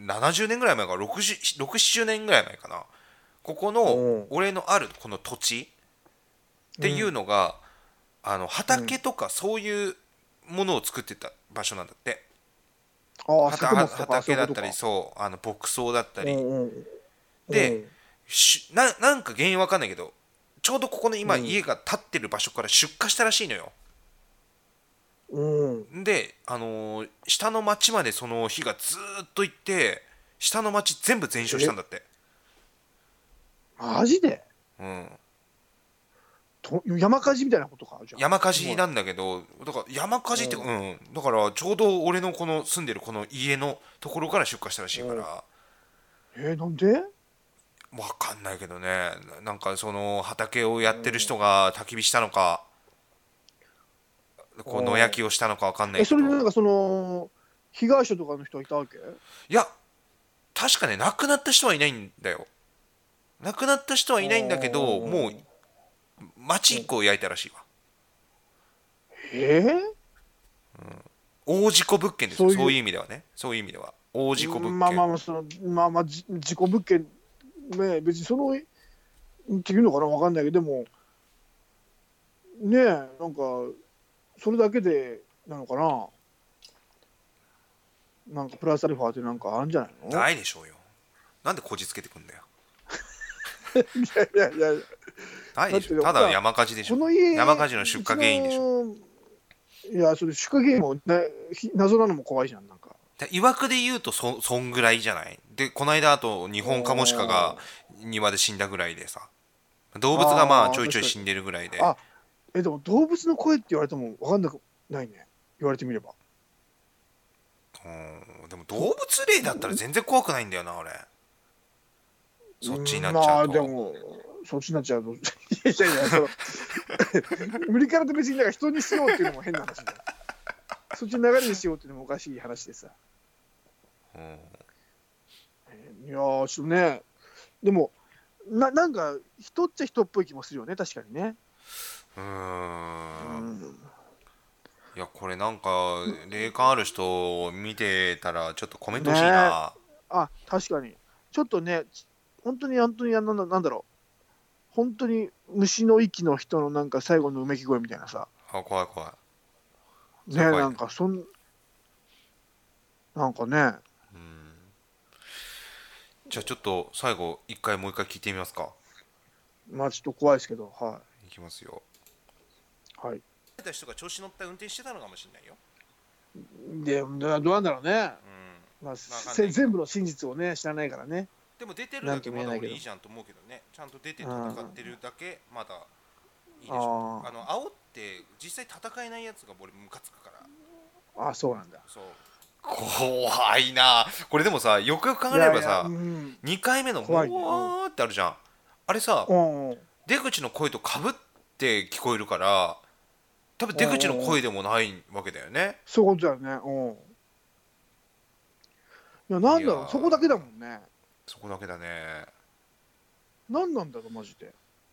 ななじゅうねんぐらい前かろくじゅう、ろくじゅうねんぐらい前かな。ここの俺のあるこの土地っていうのが、うん、あの畑とかそういうものを作ってた場所なんだって、うん、畑だったりそうあの牧草だったり、うん、で、うん、な, なんか原因わかんないけどちょうどここの今、うん、家が建ってる場所から出火したらしいのよ、うん、で、あのー、下の町までその火がずっと行って下の町全部全焼したんだって。 マジで、うん、と山火事みたいなことか。じゃあ山火事なんだけどだから山火事って、うんうん、だからちょうど俺のこの住んでるこの家のところから出火したらしいから。 えー、なんで分かんないけどねなんかその畑をやってる人が焚き火したのかこう野焼きをしたのか分かんないけど。 えそれでなんかその被害者とかの人はいたわけ？ いや確かね亡くなった人はいないんだよ。亡くなった人はいないんだけどもう町一個焼いたらしいわ。 えーうん、大事故物件ですよ。そういう、そういう意味ではねそういう意味では大事故物件。 まあまあまあそのまあまあ事故物件ね別にそのっていうのかな分かんないけどでもねえなんかそれだけでなのかな。 なんかプラスアルファってなんかあるんじゃないの？ ないでしょうよ。なんでこじつけてくんだよ。 いやいやいやないでしょ。ただ山火事でしょ。この家山火事の出火原因でしょ。 いやそれ出火原因もな謎なのも怖いじゃん。なんかいわくで言うと そ, そんぐらいじゃない。でこの間あと日本カモシカが庭で死んだぐらいでさ、動物がまあちょいちょい死んでるぐらいで。 あえでも動物の声って言われても分かんなくないね、言われてみれば。 うんでも動物霊だったら全然怖くないんだよな俺。そっちになっちゃうと。まあでもそっちになっちゃうといやいやいやその無理からと別になんか人にしようっていうのも変な話だ。そっちの流れにしようっていうのもおかしい話でさ。うん、いやーちょっとねでも な, なんか人っちゃ人っぽい気もするよね確かにね。うーんうんいやこれなんか霊感ある人を見てたらちょっとコメント欲しいな、ね、 あ確かにちょっとね本当に本当になんだ、なんだろう本当に虫の息の人のなんか最後のうめき声みたいなさ。 あ怖い怖いねなんかそんなんかねうんじゃあちょっと最後一回もう一回聞いてみますか。 まあちょっと怖いですけどはいいきますよ。 はいた人が調子乗った運転してたのかもしれないよ。 でどうなんだろうね、うんまあ、全部の真実をね知らないからね。 でも出てるだけまだ俺いいじゃんと思うけどね。ちゃんと出て戦ってるだけまだいいでしょ。あの煽って実際戦えないやつが俺ムカつくから。 あそうなんだ。 そう怖いなこれ。でもさよくよく考えればさ、うん、にかいめの「うわー」ってあるじゃん。あれさ、うん、出口の声とかぶって聞こえるから多分出口の声でもないわけだよね。 そういうことだよね。うんいやなんだろうそこだけだもんね。 そこだけだね。 なんなんだろうマジで。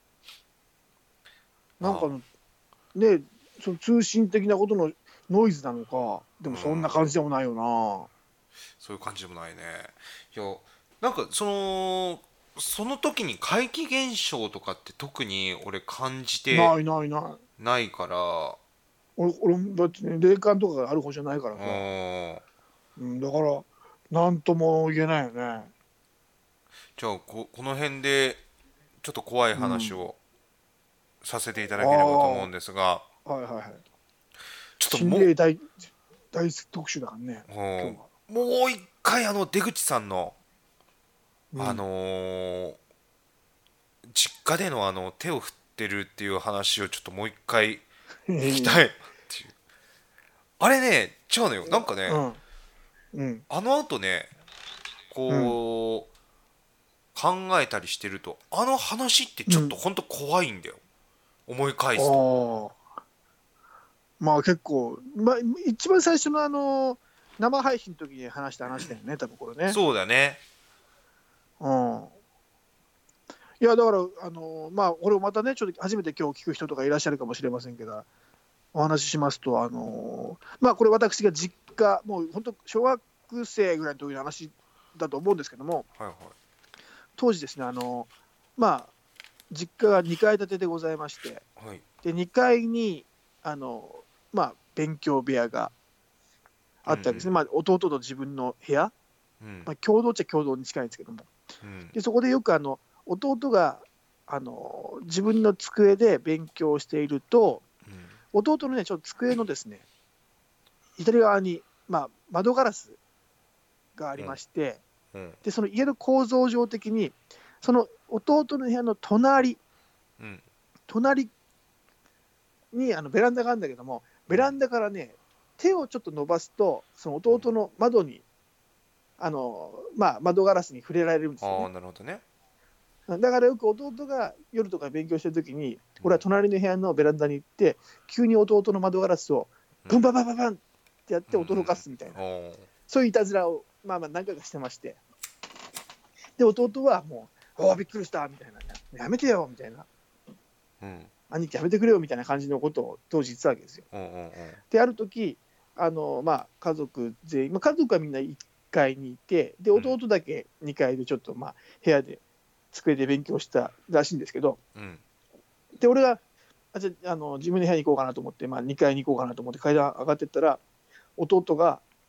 なんかのねその通信的なことのノイズなのか。でもそんな感じでもないよな、うん、 そういう感じでもないね。いやなんかそのその時に怪奇現象とかって特に俺感じてないないないないから俺俺だってね霊感とかがある方じゃないからさ、うん、だから何とも言えないよね。 じゃあ こ, この辺でちょっと怖い話をさせていただければと思うんですが、 うん、はいはいはいちょっと心霊 大, 大特集だからね。今日はもう一回あの出口さんの、うん、あのー、実家でのあの手を振ってるっていう話をちょっともう一回聞きたいっていうあれね違うのよなんかね、うんうん、あの後ねこう、うん、考えたりしてるとあの話ってちょっとほんと怖いんだよ、うん、思い返すと。 まあ結構、まあ、一番最初のあの生配信の時に話した話だよね多分これね。 そうだね。 うんいやだからあのまあこれをまたねちょっと初めて今日聞く人とかいらっしゃるかもしれませんけどお話ししますとあのまあこれ私が実家もう本当小学生ぐらいの時の話だと思うんですけども、はいはい、当時ですねあのまあ実家がにかい建てでございまして、はい、でにかいにあのまあ勉強部屋があったわけですね、うんまあ、弟と自分の部屋、うんまあ、共同っちゃ共同に近いんですけども、うん、でそこでよくあの弟があの自分の机で勉強していると、うん、弟のねちょっと机のですね左側に、まあ、窓ガラスがありまして、うんうん、でその家の構造上的にその弟の部屋の隣、うん、隣にあのベランダがあるんだけどもベランダからね手をちょっと伸ばすとその弟の窓にあの、まあ、窓ガラスに触れられるんですよね。 あなるほどね。 だからよく弟が夜とか勉強してるときに、俺は隣の部屋のベランダに行って急に弟の窓ガラスをブンババババンってやって驚かすみたいな、うん、そういういたずらをまあまあ何回かしてまして、で弟はもう「おおびっくりした」みたいな「やめてよ」みたいな、うん、兄貴やめてくれよみたいな感じのことを当時言ってたわけですよ。うんうんうん、である時あの、まあ、家族全員、まあ、家族はみんないっかいにいてで弟だけにかいでちょっとまあ部屋で机で勉強したらしいんですけど、うん、で俺があじゃあの自分の部屋に行こうかなと思って、まあ、にかいに行こうかなと思って階段上がってったら弟が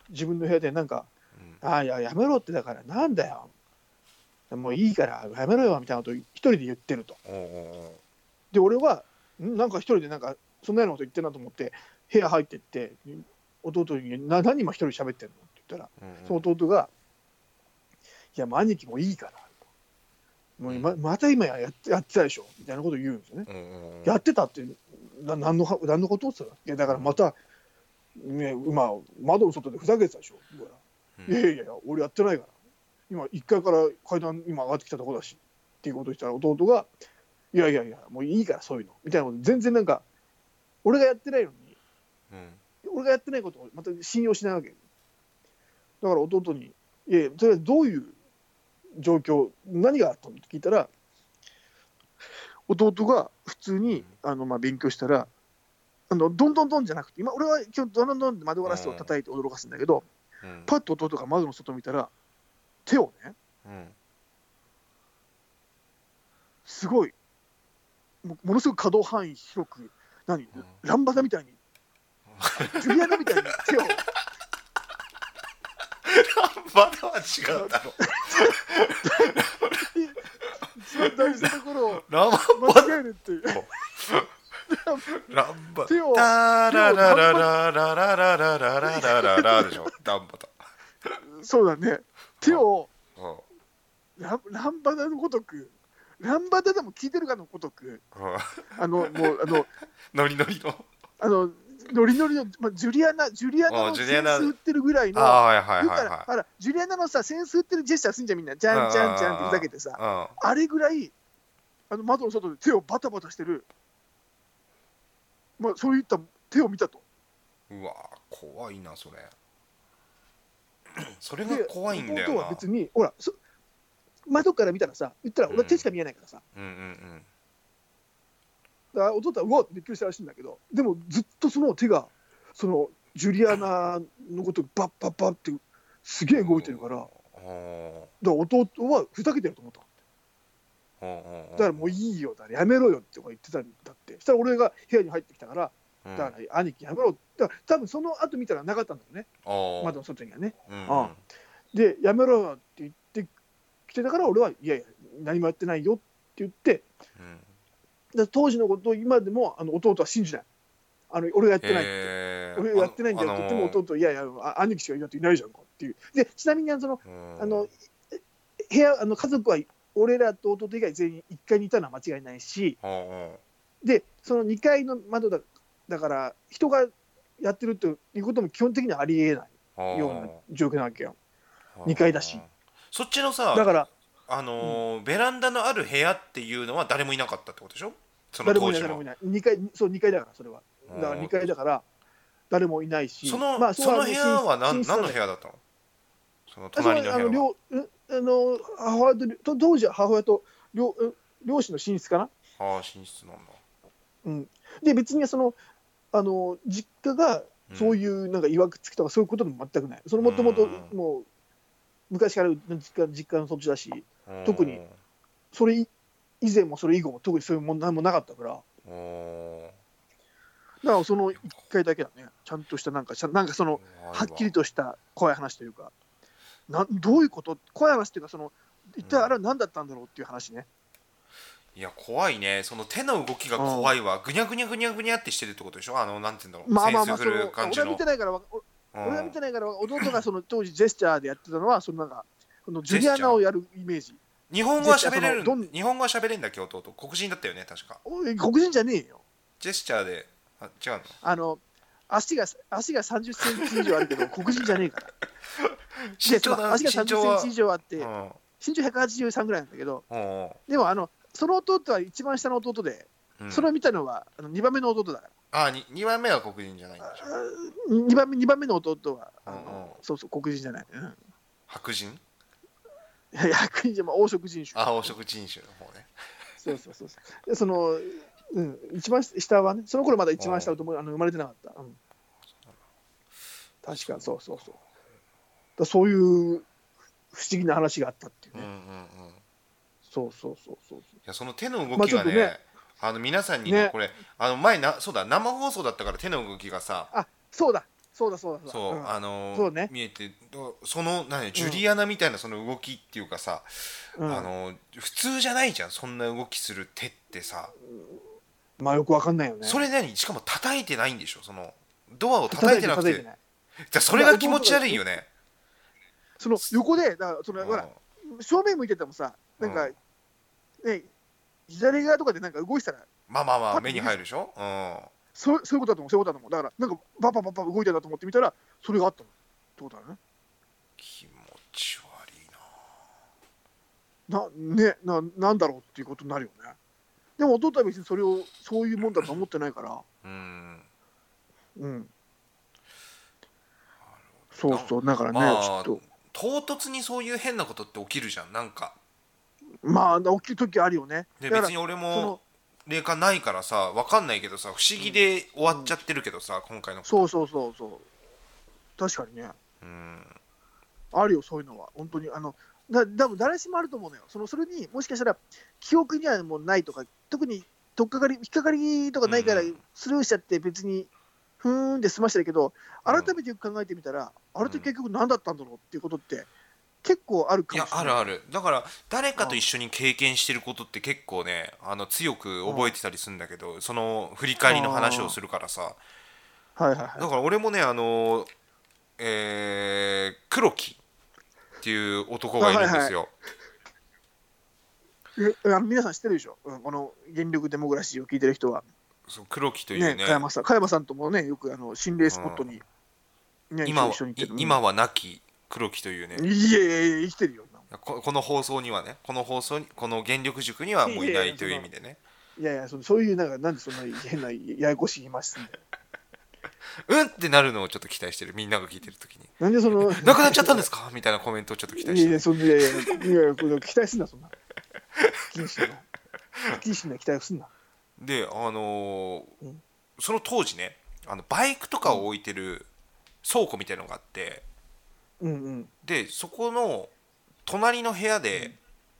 自分の部屋でなんか、うん、ああいややめろってだからなんだよもういいからやめろよみたいなことを一人で言ってると。おうおうで俺はなんか一人でなんかそんなようなこと言ってるなと思って部屋入ってって弟にな何今一人喋ってんのって言ったら、うんうん、その弟がいやもう兄貴もいいからもう ま, また今やってやってたでしょみたいなことを言うんですよね、うんうんうん、やってたってな何の何のことって言ったらいやだからまた、ね、今窓の外でふざけてたでしょ、うん、いやいやいや俺やってないから今いっかいから階段今上がってきたとこだしっていうことを言ったら弟がいやいやいやもういいからそういうのみたいなこと全然なんか俺がやってないのに、うん、俺がやってないことをまた信用しないわけだから弟にいやいやとりあえずどういう状況何があったのって聞いたら弟が普通にあのまあ勉強したらあのどんどんどんじゃなくて今俺は基本どんどんどんって窓ガラスを叩いて驚かすんだけど、うん、パッと弟が窓の外見たら手をね、うん、すごい も, ものすごく可動範囲広く何、うん、ランバダみたいにジュリアナみたいに手をランバダは違うだろ一番大事なところを間違えるっていうランバ手をタラララララララララララララでしょランバダそうだね手をランバダのごとくランバダでも聞いてるかのごとくあのもうあのノリノリのあのノリノリの、まあ、ジュリアナジュリアナのセンス売ってるぐらいのはいはいはいはい、 からあらジュリアナのさセンス売ってるジェスチャーすんじゃんみんなじゃんじゃんじゃんってふざけてさ あ, あれぐらいあの窓の外で手をバタバタしてる、まあ、そういった手を見たと。 うわ怖いなそれそれが怖いんだよな。 弟は別にほら窓から見たらさ言ったら俺は手しか見えないからさ、うんうんうんうんだから弟はうわっびっくりしたらしいんだけどでもずっとその手がそのジュリアナのことバッバッバッってすげえ動いてるからだから弟はふざけてると思っただからもういいよだからやめろよって言ってたんだってそしたら俺が部屋に入ってきたからだから兄貴やめろだから多分その後見たらなかったんだろうね窓の外にはね、うんうん、でやめろよって言ってきてたから俺はいやいや何もやってないよって言って、うんだ当時のことを今でもあの弟は信じないあの俺がやってないって、えー、俺がやってないんだよって言っても弟いやいや兄貴しかいないじゃんかっていうでちなみにあのそのあの部屋あの家族は俺らと弟以外全員いっかいにいたのは間違いないしでそのにかいの窓だだから人がやってるということも基本的にはありえないような状況なわけよにかいだしそっちのさだからあのーうん、ベランダのある部屋っていうのは誰もいなかったってことでしょその当時も誰もいない誰もいないにかいそうにかいだからそれはだからにかいだから誰もいないしその、まあ、その部屋は何, 何の部屋だったのその隣の部屋はあのあの母親と当時は母親と 両, 両親の寝室かなああ寝室なんだ、 うん、で別にそのあの実家がそういうなんかいわくつきとかそういうことでも全くないそのもともともう昔から実家, 実家の土地だし特にそれ以前もそれ以後も特にそういう問題もなかったからだからそのいっかいだけだねちゃんとしたなんかなんかそのはっきりとした怖い話というかなどういうこと怖い話っていうかその一体あれは何だったんだろうっていう話ね、 うん、いや怖いねその手の動きが怖いわ、うん、ぐにゃぐにゃぐにゃぐにゃってしてるってことでしょあのなんていうんだろうまあまあまあその俺は見てないから俺は見てないから弟がその当時ジェスチャーでやってたのはそのなんかこのジュリアナをやるイメージ日本語は喋れる日本語は喋れるんだっけ弟黒人だったよね確か黒人じゃねえよジェスチャーであ違うのあの足が足がさんじゅっセンチ以上あるけど黒人じゃねえから身長だ足がさんじゅっセンチ以上あって、うん、身長ひゃくはちじゅうさんぐらいなんだけど、うん、でもあのその弟は一番下の弟で、うん、それを見たのはあのにばんめの弟だからあ に, にばんめは黒人じゃないんでしょ 2, 番目2番目の弟はあの、うんうん、そうそう黒人じゃない、うん、 白人いや白人じゃまあ黄色人種あ黄色人種の方ねそうそうそうそうその、うん、一番下はねその頃まだ一番下はあの生まれてなかった、うん、確かそうそうそうだそういう不思議な話があったっていうね、うんうんうん、そうそうそうそういやその手の動きが ね,、まあ、ねあの皆さんに、ねね、これあの前なそうだ生放送だったから手の動きがさあそうだそうだそうだそう、 うん、 あのーそうね、 見えて、その何ジュリアナみたいなその動きっていうかさ、うん、あのー普通じゃないじゃん、そんな動きする手ってさ。 まあよくわかんないよね。 それ何、しかも叩いてないんでしょ、そのドアを叩いてなくて。叩いてない。じゃそれが気持ち悪いよね。 その横でだからその、うん、ほら正面向いててもさ、なんか、うん、ね、左側とかでなんか動いてたらまあまあまあ目に入るでしょ、うん、 そ, そういうことだと思うそういうことだと思う。だからなんかバパバパ動いてたと思って見たらそれがあったのってことだね。 気持ち悪いななねななんだろうっていうことになるよね。でも弟は別にそれをそういうもんだと思ってないからうんうんそうそうだからね、まあ、ちょっと唐突にそういう変なことって起きるじゃん、なんかまあ起きる時あるよね。 で別に俺も霊感ないからさ分かんないけどさ、不思議で終わっちゃってるけどさ、うん、今回のそうそうそうそう確かにね、うん、あるよそういうのは本当にあのだ多分誰しもあると思うのよ。そのそれにもしかしたら記憶にはもうないとか、特に取っかかり引っかかりとかないからスルーしちゃって別にふーんで済ましたけど、改めてよく考えてみたら、うん、あれって結局何だったんだろうっていうことって結構あるかもしれない。 いやあるある。だから誰かと一緒に経験してることって結構ね、あの強く覚えてたりするんだけど、その振り返りの話をするからさ、 はいはいはい、 だから俺もねあのえー、黒木っていう男がいるんですよ。 はいはい、えあの皆さん知ってるでしょ、うん、この原力デモグラシーを聞いてる人は。 そう黒木というね、 ね加山さん加山さんともねよくあの心霊スポットに、 ね、うん、今は今は亡き黒木というね。 いやいやいや生きてるよこ。この放送にはね、この放送にこの原力塾にはもういないという意味でね。 いやいやそのそういうなんかなんでそんな変なややこしい言い回しすんだよ。 うんってなるのをちょっと期待してる、みんなが聞いてるときに。 なんでそのなくなっちゃったんですかみたいなコメントをちょっと期待してる。 いやそんないやいやいやいや期待すんなそんな。不謹慎な不謹慎な期待すんな。 であのーうん、その当時ねあのバイクとかを置いてる倉庫みたいなのがあって、 うんうん、 でそこの隣の部屋で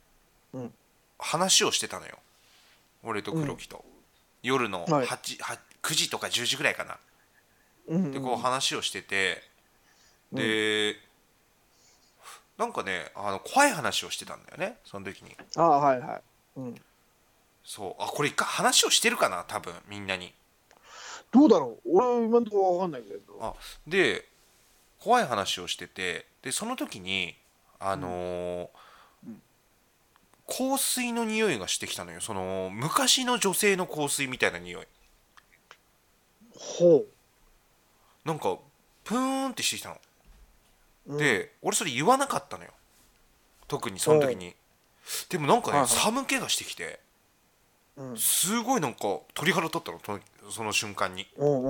話をしてたのよ、俺と黒木と、うん、夜のはち、はい、くじとかじゅうじぐらいかな、うんうん、でこう話をしてて、で、うん、なんかねあの怖い話をしてたんだよねその時に。 ああはいはい、うん、 そうあこれ一回話をしてるかな多分みんなに。 どうだろう俺今のところ分かんないけど。 あで怖い話をしてて、でその時にあのーうん、香水の匂いがしてきたのよ。その昔の女性の香水みたいな匂い。 ほうなんかプーンってしてきたの、うん、で俺それ言わなかったのよ特にその時に。でもなんかね、はいはい、寒気がしてきて、うん、すごいなんか鳥肌立ったのその瞬間に。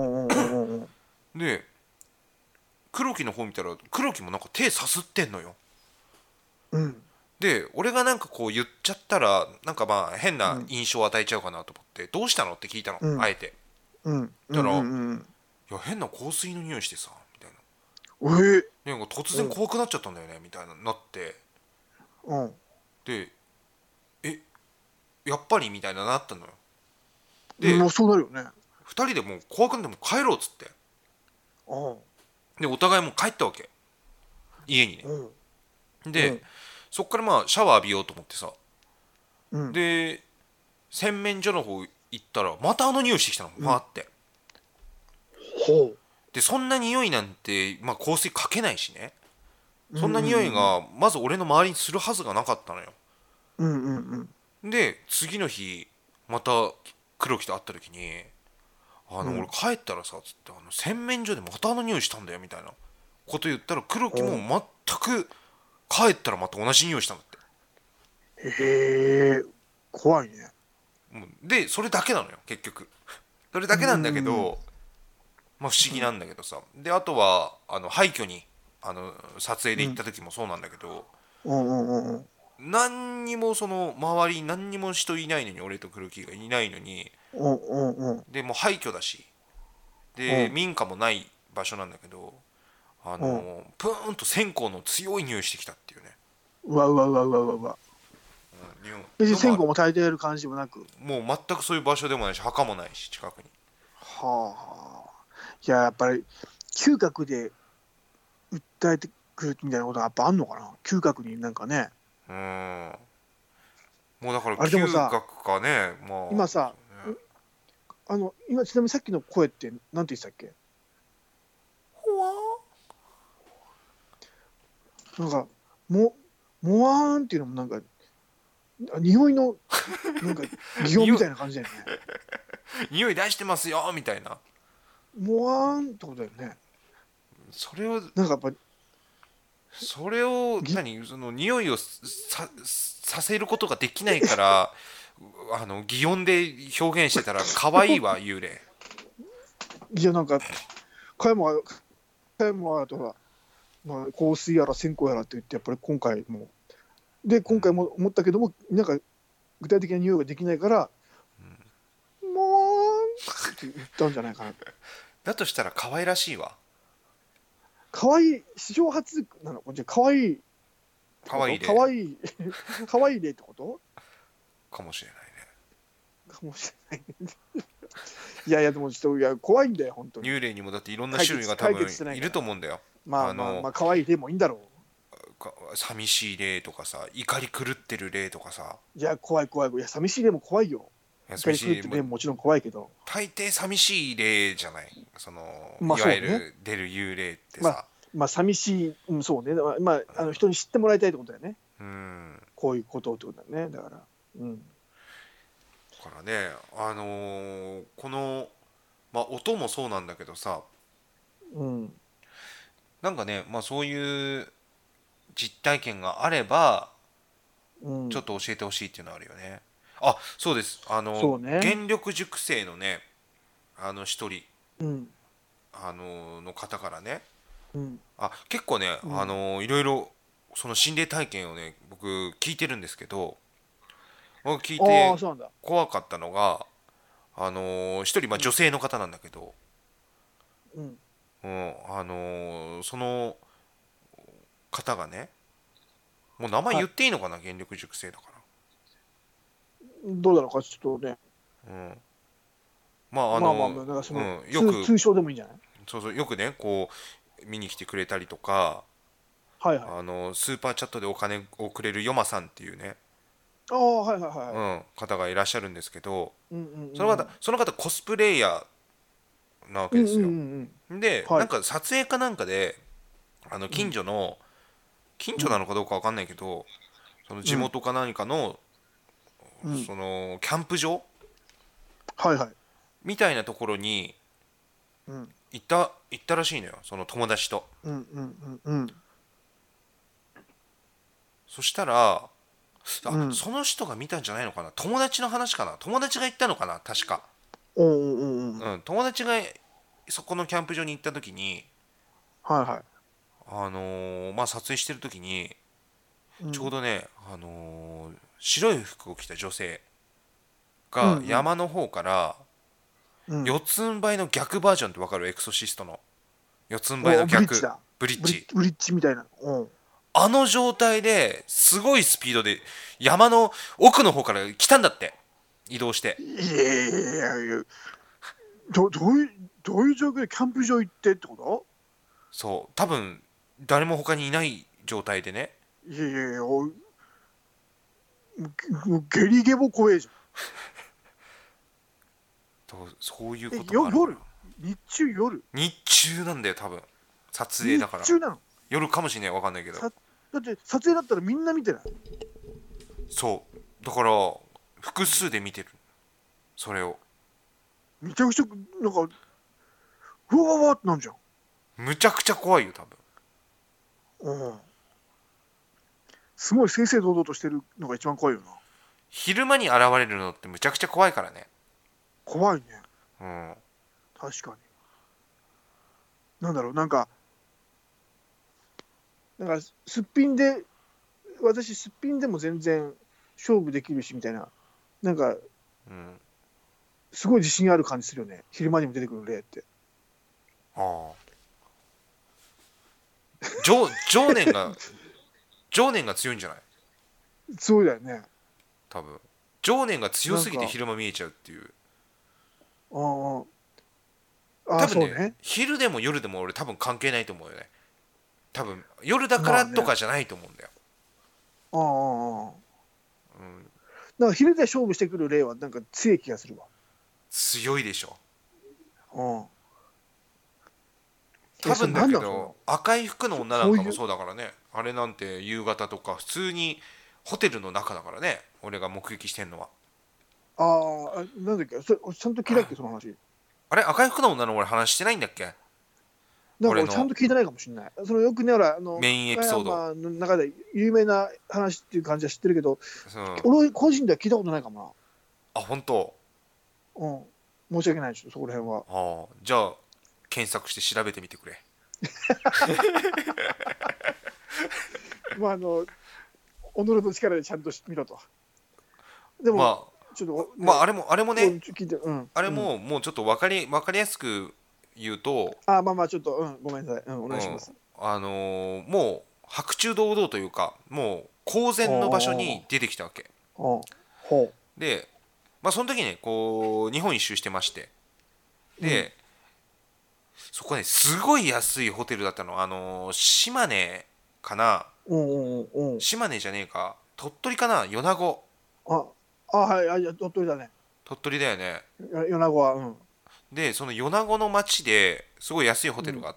で黒木の方見たら黒木もなんか手さすってんのよ、うん、で俺がなんかこう言っちゃったらなんかまあ変な印象を与えちゃうかなと思って、うん、どうしたのって聞いたの、うん、あえて、うん、だから、うんうんうん、いや変な香水の匂いしてさみたいな、えー、なんか突然怖くなっちゃったんだよねみたいななって、うん、でえやっぱりみたいななったのよ。 でもうそうなるよね。 ふたりでもう怖くんでも帰ろうっつって、ああでお互いもう帰ったわけ家にね、うん、で、うん、そっからまあシャワー浴びようと思ってさ、うん、で洗面所の方行ったらまたあの匂いしてきたの、うん、わーって、ほうでそんな匂いなんて、まあ、香水かけないしね、そんな匂いがまず俺の周りにするはずがなかったのよ、うんうんうん、で次の日また黒木と会った時にあの、うん、俺帰ったらさつってあの洗面所でまたあの匂いしたんだよみたいなこと言ったら黒木も全く帰ったらまた同じ匂いしたんだって。へえ怖いね。 でそれだけなのよ結局それだけなんだけど、まあ不思議なんだけどさ、であとはあの廃墟にあの撮影で行った時もそうなんだけど、うんうんうんうん、何にもその周りに何にも人いないのに俺と黒木がいないのに、うんうんうん、でもう廃墟だしで、うん、民家もない場所なんだけどあの、うん、プーンと線香の強い匂いしてきたっていうね。 うわうわうわうわうわ、うん、別に線香も焚いてる感じもなくもう全くそういう場所でもないし墓もないし近くに。 はあいややっぱり嗅覚で訴えてくるみたいなことがやっぱあんのかな、嗅覚になんかね。 うん、もうだから嗅覚かね、まあ、 今さ、ね、あの今ちなみにさっきの声ってなんて言ってたっけ？ ほわーなんかももわーんっていうのもなんか匂いのなんか擬音みたいな感じだよね。 匂い出してますよみたいな。 もわーんってことだよね。 それをなんかやっぱそれを何その匂いをささせることができないからあの擬音で表現してたら可愛いわ幽霊。 いやなんか加山が加山とはまあ香水やら線香やらって言ってやっぱり今回もで今回も思ったけどもなんか具体的な匂いができないから、うん、もうって言ったんじゃないかな。 だとしたら可愛らしいわ。 可愛い史上初なの？じゃ可愛い可愛い例可愛い可愛い例ってことかもしれないね。かもしれないね。いやいやでもちょっといや怖いんだよ本当に。 幽霊にもだっていろんな種類が多分いると思うんだよ。 まあまあまあ可愛い例もいいんだろう。 寂しい霊とかさ、怒り狂ってる霊とかさ。 いや怖い怖い。いや寂しい霊も怖いよ。怒り狂ってる霊ももちろん怖いけど。 大抵寂しい霊じゃない。その、まあ、いわゆる出る幽霊ってさ。 まあ、まあ、寂しい、うん、そうね。まああの人に知ってもらいたいってことだよね。 うん。 こういうことってことだね。だから。うん。 だからね、あのー、このまあ音もそうなんだけどさ。 うん。 なんかね、まあそういう実体験があれば、うん、ちょっと教えてほしいっていうのはあるよね。あ、そうです。あの、ね、原力塾生のね、あの一人、うん、あのの方からね、うん、あ結構ね、うん、あのいろいろその心霊体験をね、僕聞いてるんですけど、僕聞いて怖かったのが、あの一人まあ女性の方なんだけど、うん、うん、あのその方がね、もう名前言っていいのかな、はい、原力塾生だから。 どうだろうかちょっとね。 うん。まああの、まあまあ、なんかその、うん、よく通称でもいいんじゃない？ そうそうよくねこう見に来てくれたりとか、はいはい、あのスーパーチャットでお金をくれるヨマさんっていうね、 ああはいはいはい、 うん、方がいらっしゃるんですけど、うんうんうん、その方その方コスプレイヤーなわけですよ。うんうんうん、で、はい、なんか撮影かなんかであの近所の、うん、近所なのかどうかわかんないけど、その地元か何かの、うん、そのキャンプ場、 はいはい、 みたいなところに行った、行ったらしいのよ、その友達と。うんうんうんうん、そしたら、あ、うん、その人が見たんじゃないのかな、友達の話かな、友達が行ったのかな確か。うんうんうんうん、友達がそこのキャンプ場に行った時に、はいはい、あのー、まあ撮影してる時に、うん、ちょうどね、あのー、白い服を着た女性が山の方から、うんうん、四つん這いの逆バージョンって分かる？エクソシストの四つん這いの逆ブリッジブリッジみたいな、うん、 あの状態ですごいスピードで山の奥の方から来たんだって、移動して。 いやいやいや、ど, どういうどういう状況でキャンプ場行ってってこと？ そう多分誰も他にいない状態でね。 いやいやいや、もうゲリゲボ怖えじゃん。 そういうこともある。 夜日中夜日中なんだよ多分、撮影だから。 日中なの？ 夜かもしれない、分かんないけど。だって撮影だったらみんな見てない？ そうだから複数で見てるそれを。 めちゃくちゃなんかうわわわってなんじゃん。 むちゃくちゃ怖いよ多分。 うん、すごい正々堂々としてるのが一番怖いよな。 昼間に現れるのってむちゃくちゃ怖いからね。 怖いね。 うん。 確かに。なんだろう、なんかなんかすっぴんで、私すっぴんでも全然勝負できるしみたいな、なんか、うん、すごい自信ある感じするよね、昼間にも出てくる例って。ああ。 情情念が情念が強いんじゃない？ そうだよね。 多分情念が強すぎて昼間見えちゃうっていう。 あ多分 ね, ね昼でも夜でも俺多分関係ないと思うよね。多分夜だからとかじゃないと思うんだよ。 あ、ね、ああ、うん、なんか昼で勝負してくる例はなんか強い気がするわ。 強いでしょ。 うん。 多分だけど赤い服の女なんかもそうだからね。あれなんて夕方とか普通にホテルの中だからね、俺が目撃してんのは。 ああ、なんだっけ、それちゃんと聞いたっけその話。 あれ赤い服の女の俺話してないんだっけ。 なんか俺ちゃんと聞いてないかもしれない。そのよくね、ほらあのメインエピソードの中で有名な話っていう感じは知ってるけど、俺個人では聞いたことないかもな。あ、本当。 うん。申し訳ないでしょそこら辺は。 ああ、じゃあ検索して調べてみてくれ。 まああの己の力でちゃんと見ろと。でも、まあ、ちょっと、ね、 まああれもあれもね、 うん、 あれも、うん、もうちょっと分かり分かりやすく言うと、 あ、まあまあちょっと、うん、ごめんなさい、うん、お願いします。 うん、あのー、もう白昼堂々というか、もう公然の場所に出てきたわけ。で、まあその時ね、こう日本一周してまして、で、うん、そこねすごい安いホテルだったの。あのー、島根かな、 うんうんうん、 島根じゃねえか、鳥取かな、米子。 ああ、はい、あ、いや鳥取だね。 鳥取だよね。 米子は、うん。 でその米子の町ですごい安いホテルがあって、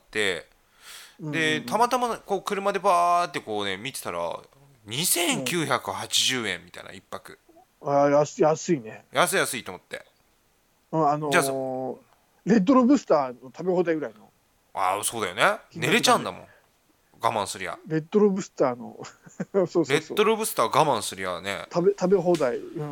うん、でたまたまこう車でバーってこうね見てたらにせんきゅうひゃくはちじゅうえんみたいな一泊。 あ、安い、安いね。 安い安いと思って、 うん、あのー、じゃあレッドロブスターの食べ放題ぐらいの。 ああ、そうだよね。寝れちゃうんだもん、我慢すりゃ。 レッドロブスターのそうそうそう、 レッドロブスター我慢すりゃね、 食べ食べ放題、うん、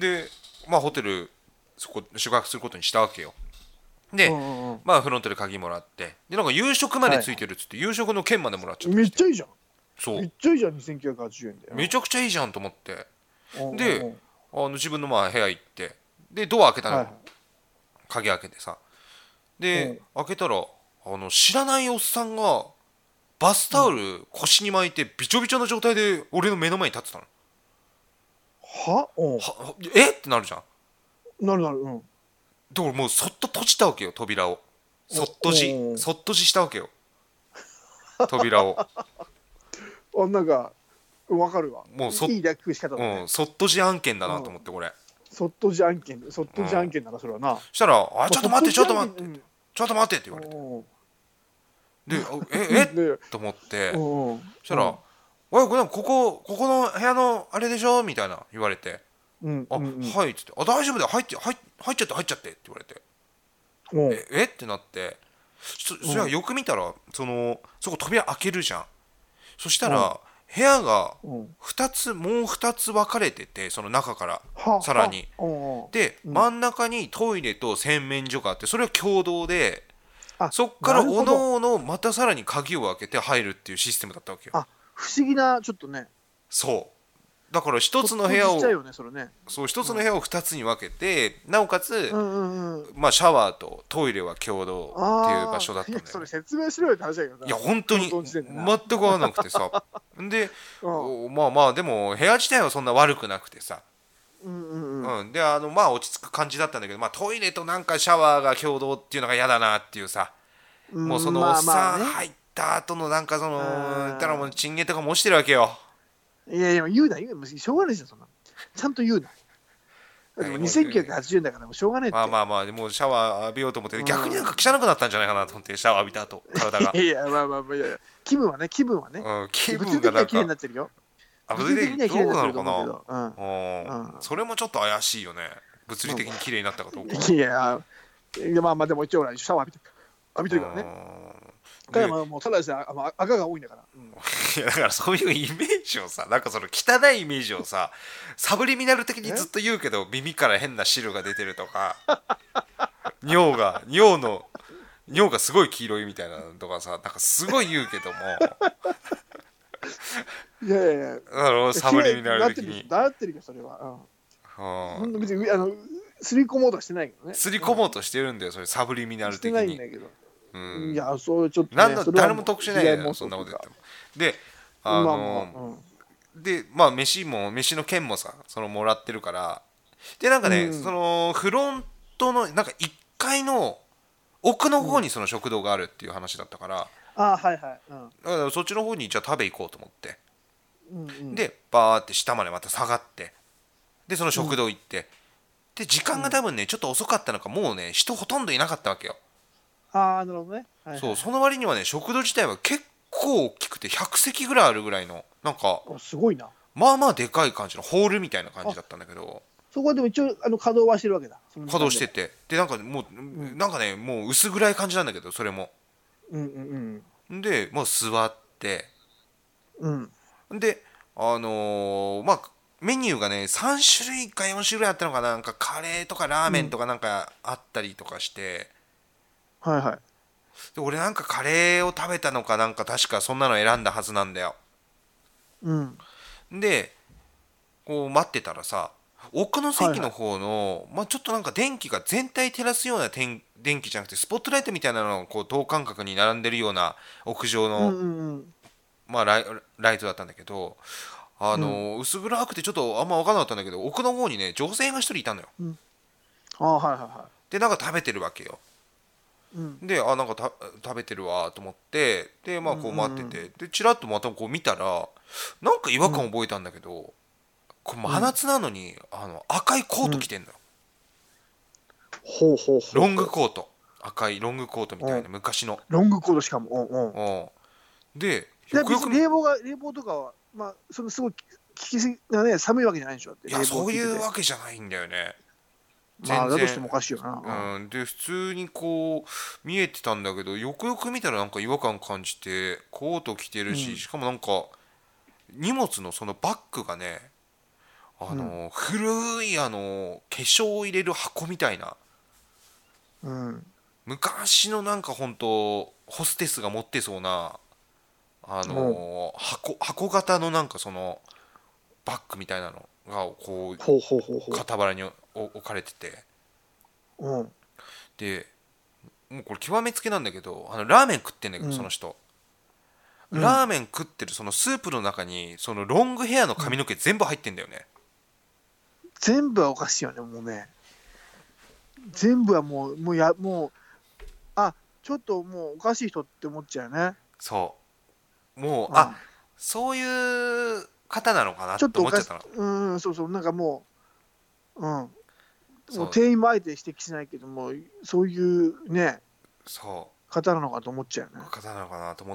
でまあホテルそこ宿泊することにしたわけよ。で、うんうんうん、まあフロントで鍵もらって、でなんか夕食までついてるっつって、はい、夕食の券までもらっちゃった。 めっちゃいいじゃん。 そう、 めっちゃいいじゃん。にせんきゅうひゃくはちじゅうえんでめちゃくちゃいいじゃんと思って、であの自分のまあ部屋行って、でドア開けたの、はい、鍵開けてさ、で開けたらあの知らないおっさんがバスタオル腰に巻いてびちょびちょの状態で俺の目の前に立ってたの。 は？ はえってなるじゃん。 なるなる。うん。 で俺もうそっと閉じたわけよ、扉を。そっとじそっとじしたわけよ、扉を。 あ、なんかわかるわ。 もうそいい略し方だね。 うん、そっとじ案件だなと思って、これ。 そっとじ案件、そっとじ案件ならそれはな。 したら「あ、ちょっと待ってちょっと待って、うん、ちょっと待って」って言われて。で、ええと思って、そしたら「おい、ここここの部屋のあれでしょ」みたいな言われて「うん、あ、うん、はい」っつって「あ、大丈夫だよ、入って入入っちゃって入っちゃって」って言われて「ええってなって、そそれはよく見たらそのそこ扉開けるじゃん。そしたら部屋がふたつ、もうふたつ分かれてて、その中からさらにで、真ん中にトイレと洗面所があって、それは共同で、そっからおのおのまたさらに鍵を開けて入るっていうシステムだったわけよ。 あ、不思議な、ちょっとね。 そうだから一つの部屋を、 ね、それね、 そう一つの部屋をふたつに分けて、なおかつ、 うんうんうん、 まあシャワーとトイレは共同っていう場所だったんだよ、ね。 それ説明しろよって話だけどな。 いや本当に全く分からなくてさで、うん、まあまあでも部屋自体はそんな悪くなくてさ、 うんうんうんうん、であのまあ落ち着く感じだったんだけど、まあ、トイレとなんかシャワーが共同っていうのが嫌だなっていうさ、うん、もうそのおっさん入った後のなんかその言ったらもうチンゲとかも落ちてるわけよ。 いやいや言うな言うな、しょうがないじゃん、そんなちゃんと言うな。でもにせんきゅうひゃくはちじゅうえんだからもうしょうがないって。まあまあまあでもシャワー浴びようと思って、逆になんか汚くなったんじゃないかなと思って、シャワー浴びた後体が。 いやまあまあまあ、いやいや気分はね、気分はね、 うん、気分がなんか物理的には綺麗になってるよ。 物理的には綺麗になってると思うけど、うんうん、それもちょっと怪しいよね、物理的に綺麗になったかどうか。 いやまあまあでも一応シャワー浴びて浴びてるからね。だからもうただでさえ赤が多いんだから、うん、 いやだからそういうイメージをさ、なんかその汚いイメージをさ、サブリミナル的にずっと言うけど、耳から変な汁が出てるとか尿が尿の尿がすごい黄色いみたいなのとかさ、なんかすごい言うけどもいやいやいや、 あのサブリミナル的になってるけど、それは、うん、別にあのすり込もうとしてないけどね。 すり込もうとしてるんだよ、それサブリミナル的に。 してないんだけど、うん、いやそうちょっと、 ね、の誰も得しないよ、そんなこと言っても。で、あの、まあまあうん、でまあ飯も飯の券もさ、そのもらってるから、でなんかね、うん、そのフロントのなんかいっかいの奥の方にその食堂があるっていう話だったから、 うん、あはいはい、うん、 だからそっちの方にじゃあ食べ行こうと思って、 うんうん、 でバーって下までまた下がって、でその食堂行って、うん、で時間が多分ねちょっと遅かったのか、もうね人ほとんどいなかったわけよ。 ああなるほどね、はいはい、 そう、その割にはね食堂自体は結構大きくてひゃくせきぐらいあるぐらいの、なんかすごいな、 まあまあでかい感じのホールみたいな感じだったんだけど、 そこでも一応あの稼働はしてるわけだ。 稼働してて、でなんかもう、うん、なんかねもう薄暗い感じなんだけど、それも、 うんうんうん、でもう座って、 うん、 であのー、まあメニューがねさん種類かよん種類あったのかな、なんかカレーとかラーメンとかなんかあったりとかして、 うん、はいはい。 で俺なんかカレーを食べたのかなんか、確かそんなの選んだはずなんだよ。 うん、 でこう待ってたらさ、奥の席の方の、はいはい、まあ、ちょっとなんか電気が全体照らすような電気じゃなくてスポットライトみたいなのがこう等間隔に並んでるような屋上の、 うんうんうん、まあ、 ライ、ライトだったんだけど、あのーうん、薄暗くてちょっとあんま分からなかったんだけど、奥の方にね女性が一人いたのよ、 うん、あはいはいはい。 でなんか食べてるわけよ、うん、であなんかた食べてるわと思って、でまあこう待ってて、うんうんうん、でチラッとまたこう見たらなんか違和感覚えたんだけど、うん、これ真夏なのに、うん、あの赤いコート着てんのよ、 うん、ほうほうほう、 ロングコート、赤いロングコートみたいな、昔のロングコート、しかも、うんうん、 でよくよく冷房が冷房とかはまあそのすごい効きすぎなね、寒いわけじゃないでしょって。 いやそういうわけじゃないんだよね。 まあだとしてもおかしいよな、うん、で普通にこう見えてたんだけど、よくよく見たらなんか違和感感じて、コート着てるし、うん、しかもなんか荷物のそのバッグがね、あの、うん、古いあの化粧を入れる箱みたいな、うん、昔のなんか本当ホステスが持ってそうなあの、うん、箱箱型のなんかそのバッグみたいなのがこう傍らに置かれてて、うん、でもうこれ極めつけなんだけど、あのラーメン食ってんだけど、うん、その人、うん、ラーメン食ってるそのスープの中にそのロングヘアの髪の毛全部入ってんだよね、 うん、全部はおかしいよね、もうね、全部はもうもうやもうあちょっともうおかしい人って思っちゃうよね。 そうもう、うん、あそういう方なのかなって思っちゃったの。 うんそうそうなんかもううんもう店員もあえて指摘しないけども、そういうねそう方なのかと思っちゃうよね。 方なのかなと思って、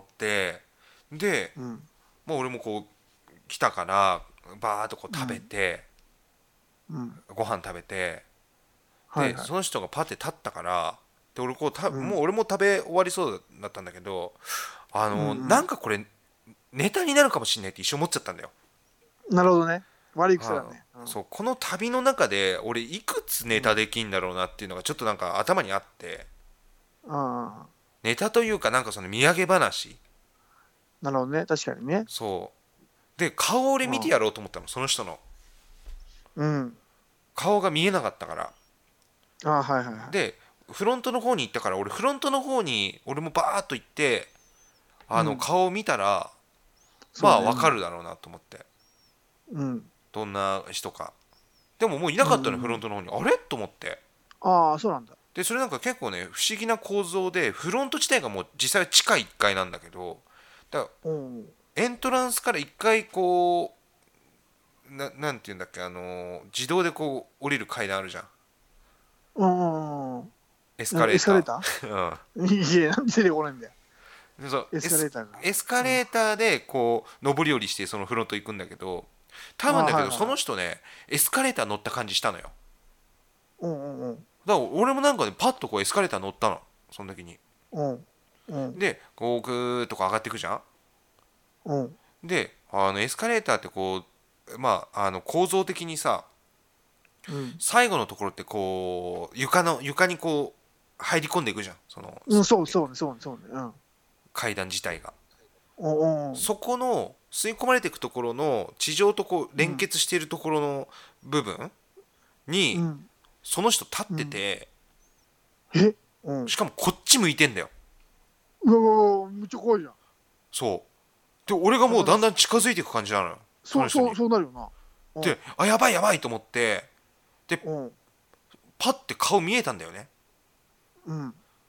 で、うん、もう俺もこう来たからバーッとこう食べて、うん、ご飯食べて、で、はいはい、その人がパッて立ったから、で俺こうた、うん、もう俺も食べ終わりそうだったんだけど、あの、うんうん、なんかこれネタになるかもしれないって一瞬思っちゃったんだよ。 なるほどね、悪い癖だね、 うん、そうこの旅の中で俺いくつネタできんだろうなっていうのがちょっとなんか頭にあって、うん、ネタというかなんかその土産話。 なるほどね、確かにね。 そうで顔俺見てやろうと思ったの、うん、その人の、うん、顔が見えなかったから。 あはいはいはい。 でフロントの方に行ったから、俺フロントの方に俺もバーッと行ってあの、うん、顔を見たらまあ分かるだろうなと思って、うん、どんな人か。でももういなかったの、うん、フロントの方に。あれと思って。 ああそうなんだ。 でそれなんか結構ね不思議な構造で、フロント自体がもう実際は地下いっかいなんだけど、だから、うん、エントランスからいっかいこう な, なんていうんだっけ、あのー、自動でこう降りる階段あるじゃん。うん、エスカレーター。エスカレーターうん。いやなんで出てこないんだよ。 そうエスカレーターがエスカレーターでこう上り下りしてそのフロント行くんだけど、多分だけど、はいはい、その人ねエスカレーター乗った感じしたのよ。うんうんうん。だから俺もなんかねパッとこうエスカレーター乗ったの、その時に。うんうん。でこうグーッとか上がっていくじゃん。うん。であのエスカレーターってこうまああの構造的にさ、うん、最後のところってこう床の床にこう入り込んでいくじゃん、その、 うん、そうそうそうそうね、うん、 階段自体が。おおそこの吸い込まれていくところの地上とこう連結しているところの部分に、うん、その人立ってて、うん、え、うん、しかもこっち向いてんだよ。 うわうわめっちゃ怖いじゃん。 そうで俺がもうだんだん近づいていく感じなのよ。 そうそうそうなるよな。 であやばいやばいと思って、で、うん、パッて顔見えたんだよね。うん、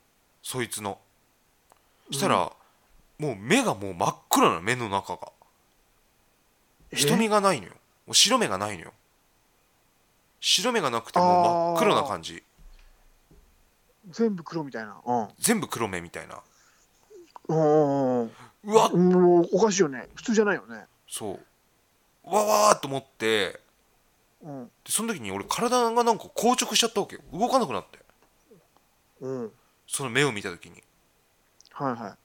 そいつの。したら、うん、もう目がもう真っ黒なの、目の中が瞳がないのよ。もう白目がないのよ。白目がなくてもう真っ黒な感じ。 全部黒みたいな、うん、 全部黒目みたいな。 うんうわっ、 もうおかしいよね、普通じゃないよね。 そう、わわーっと思って、 うん、 でその時に俺体がなんか硬直しちゃったわけよ。動かなくなって、 うん、 その目を見た時に。 はいはい。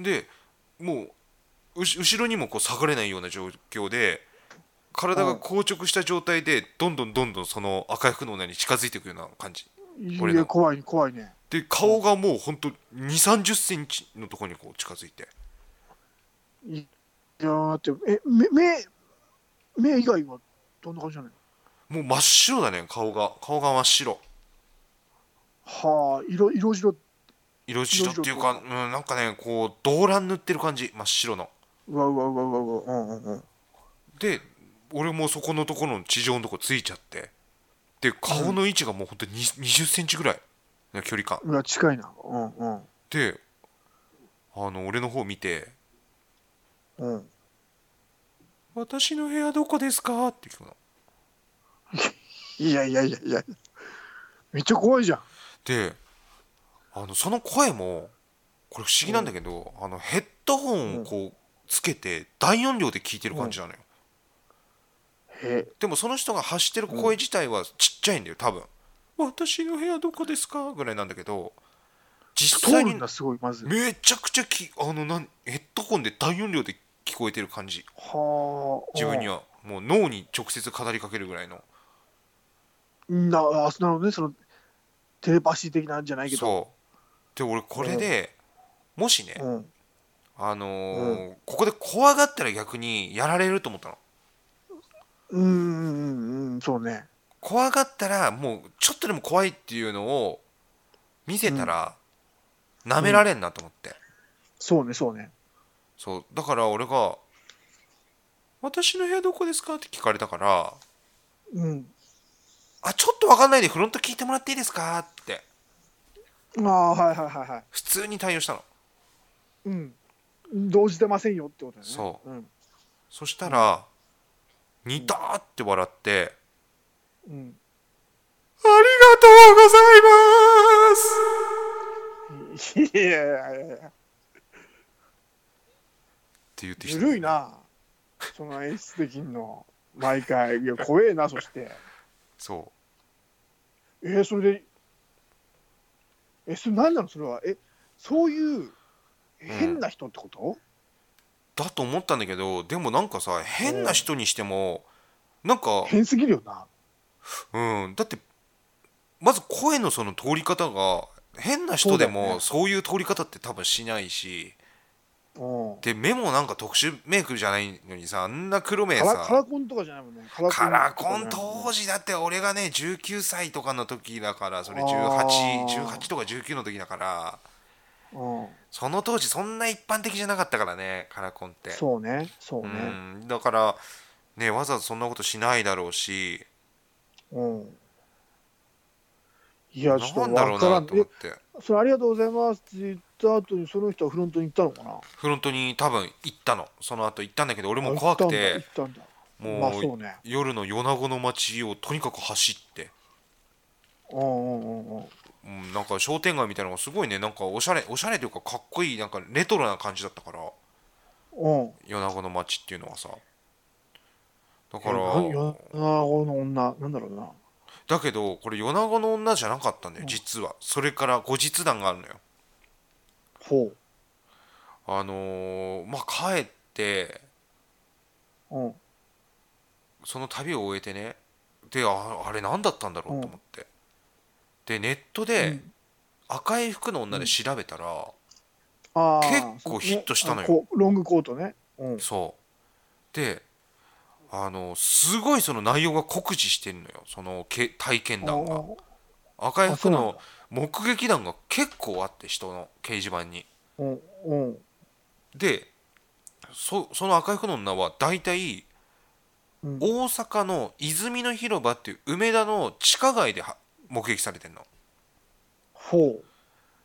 でもう後ろにもこう下がれないような状況で、体が硬直した状態でどんどんどんどんその赤い服の女に近づいていくような感じ。 いや怖い怖いね。 で顔がもうほんとにじゅう、さんじゅっセンチのところにこう近づいて、 いやだってえ目目目以外はどんな感じなの？ もう真っ白だね、顔が顔が真っ白。 はあ、色色白色白っていうか、うん、なんかねこう動乱塗ってる感じ、真っ白の。 うわうわうわうわうわ、うんうんうん。 で俺もそこのところの地上のとこついちゃって、で顔の位置がもうほんとにじゅっセンチぐらいの距離感。 うわ近いな。うんうん。 であの俺の方見て、 うん、 私の部屋どこですかって聞くの。 いやいやいやいや、めっちゃ怖いじゃん。 であのその声もこれ不思議なんだけど、うん、あのヘッドホンをこうつけて大音量で聞いてる感じなのよ。 へでもその人が発してる声自体はちっちゃいんだよ多分。私の部屋どこですかぐらいなんだけど、実際にめちゃくちゃきあのなんヘッドホンで大音量で聞こえてる感じ。 はあ、 自分にはもう脳に直接語りかけるぐらいの。 なあ、なるほどね、そのテレパシー的なんじゃないけど。 そうで俺これで、うん、もしね、うん、あのーうん、ここで怖がったら逆にやられると思ったの。 うんうんうん、そうね。 怖がったらもうちょっとでも怖いっていうのを見せたらなめられんなと思って、うん、 そうねそうね。 そうだから俺が「私の部屋どこですか?」って聞かれたから、 うん、 あちょっと分かんないでフロント聞いてもらっていいですかって、 ああはいはいはいはい、 普通に対応したの。 うん、動じてませんよってことだよね。 そう、 うん、 そしたら、うん、ニターって笑って、うん、ありがとうございます。 いやいやいやって言ってきた。 ずるいな、その演出できんの毎回。いや怖えな。そしてそうえー、それでえそれ何なのそれは。えそういう変な人ってこと、うん、 だと思ったんだけど、でもなんかさ変な人にしてもなんか変すぎるよな。 うんだってまず声のその通り方が変な人でもそういう通り方って多分しないし、で目もなんか特殊メイクじゃないのにさ、あんな黒目さ、 カラコンとかじゃないもんね。 カラコン当時だって俺がねじゅうきゅうさいとかの時だから、それじゅうはち、じゅうはちとかじゅうきゅうの時だから、その当時そんな一般的じゃなかったからね、カラコンって。 そうねそうね。 うんだからねわざわざそんなことしないだろうし、 うん、いやちょっとなんだろうなと思って。 それありがとうございますって言った後にその人はフロントに行ったのかな。 フロントに多分行ったの。その後行ったんだけど俺も怖くて、もう、まあそうね、夜の米子の街をとにかく走って、 うんうんうんうん、なんか商店街みたいなのがすごいね、なんかおしゃれおしゃれというかかっこいい、なんかレトロな感じだったから、うん、米子の街っていうのはさ、だから米子の女なんだろうな。 だけどこれ米子の女じゃなかったんだよ、実は。それから後日談があるのよ。 ほう。 あのー、まあ帰って、うん、その旅を終えてね、で あ, あれ何だったんだろうと思って、うん、でネットで赤い服の女で調べたら、うん、結構ヒットしたのよ、 ね、ロングコートね、 うん、そうであのすごいその内容が酷似してるのよ、その体験談が。赤い服の目撃談が結構あって、人の掲示板に、うんうん、で そ, その赤い服の女はだいたい大阪の泉の広場っていう梅田の地下街で目撃されてるの。 ほう。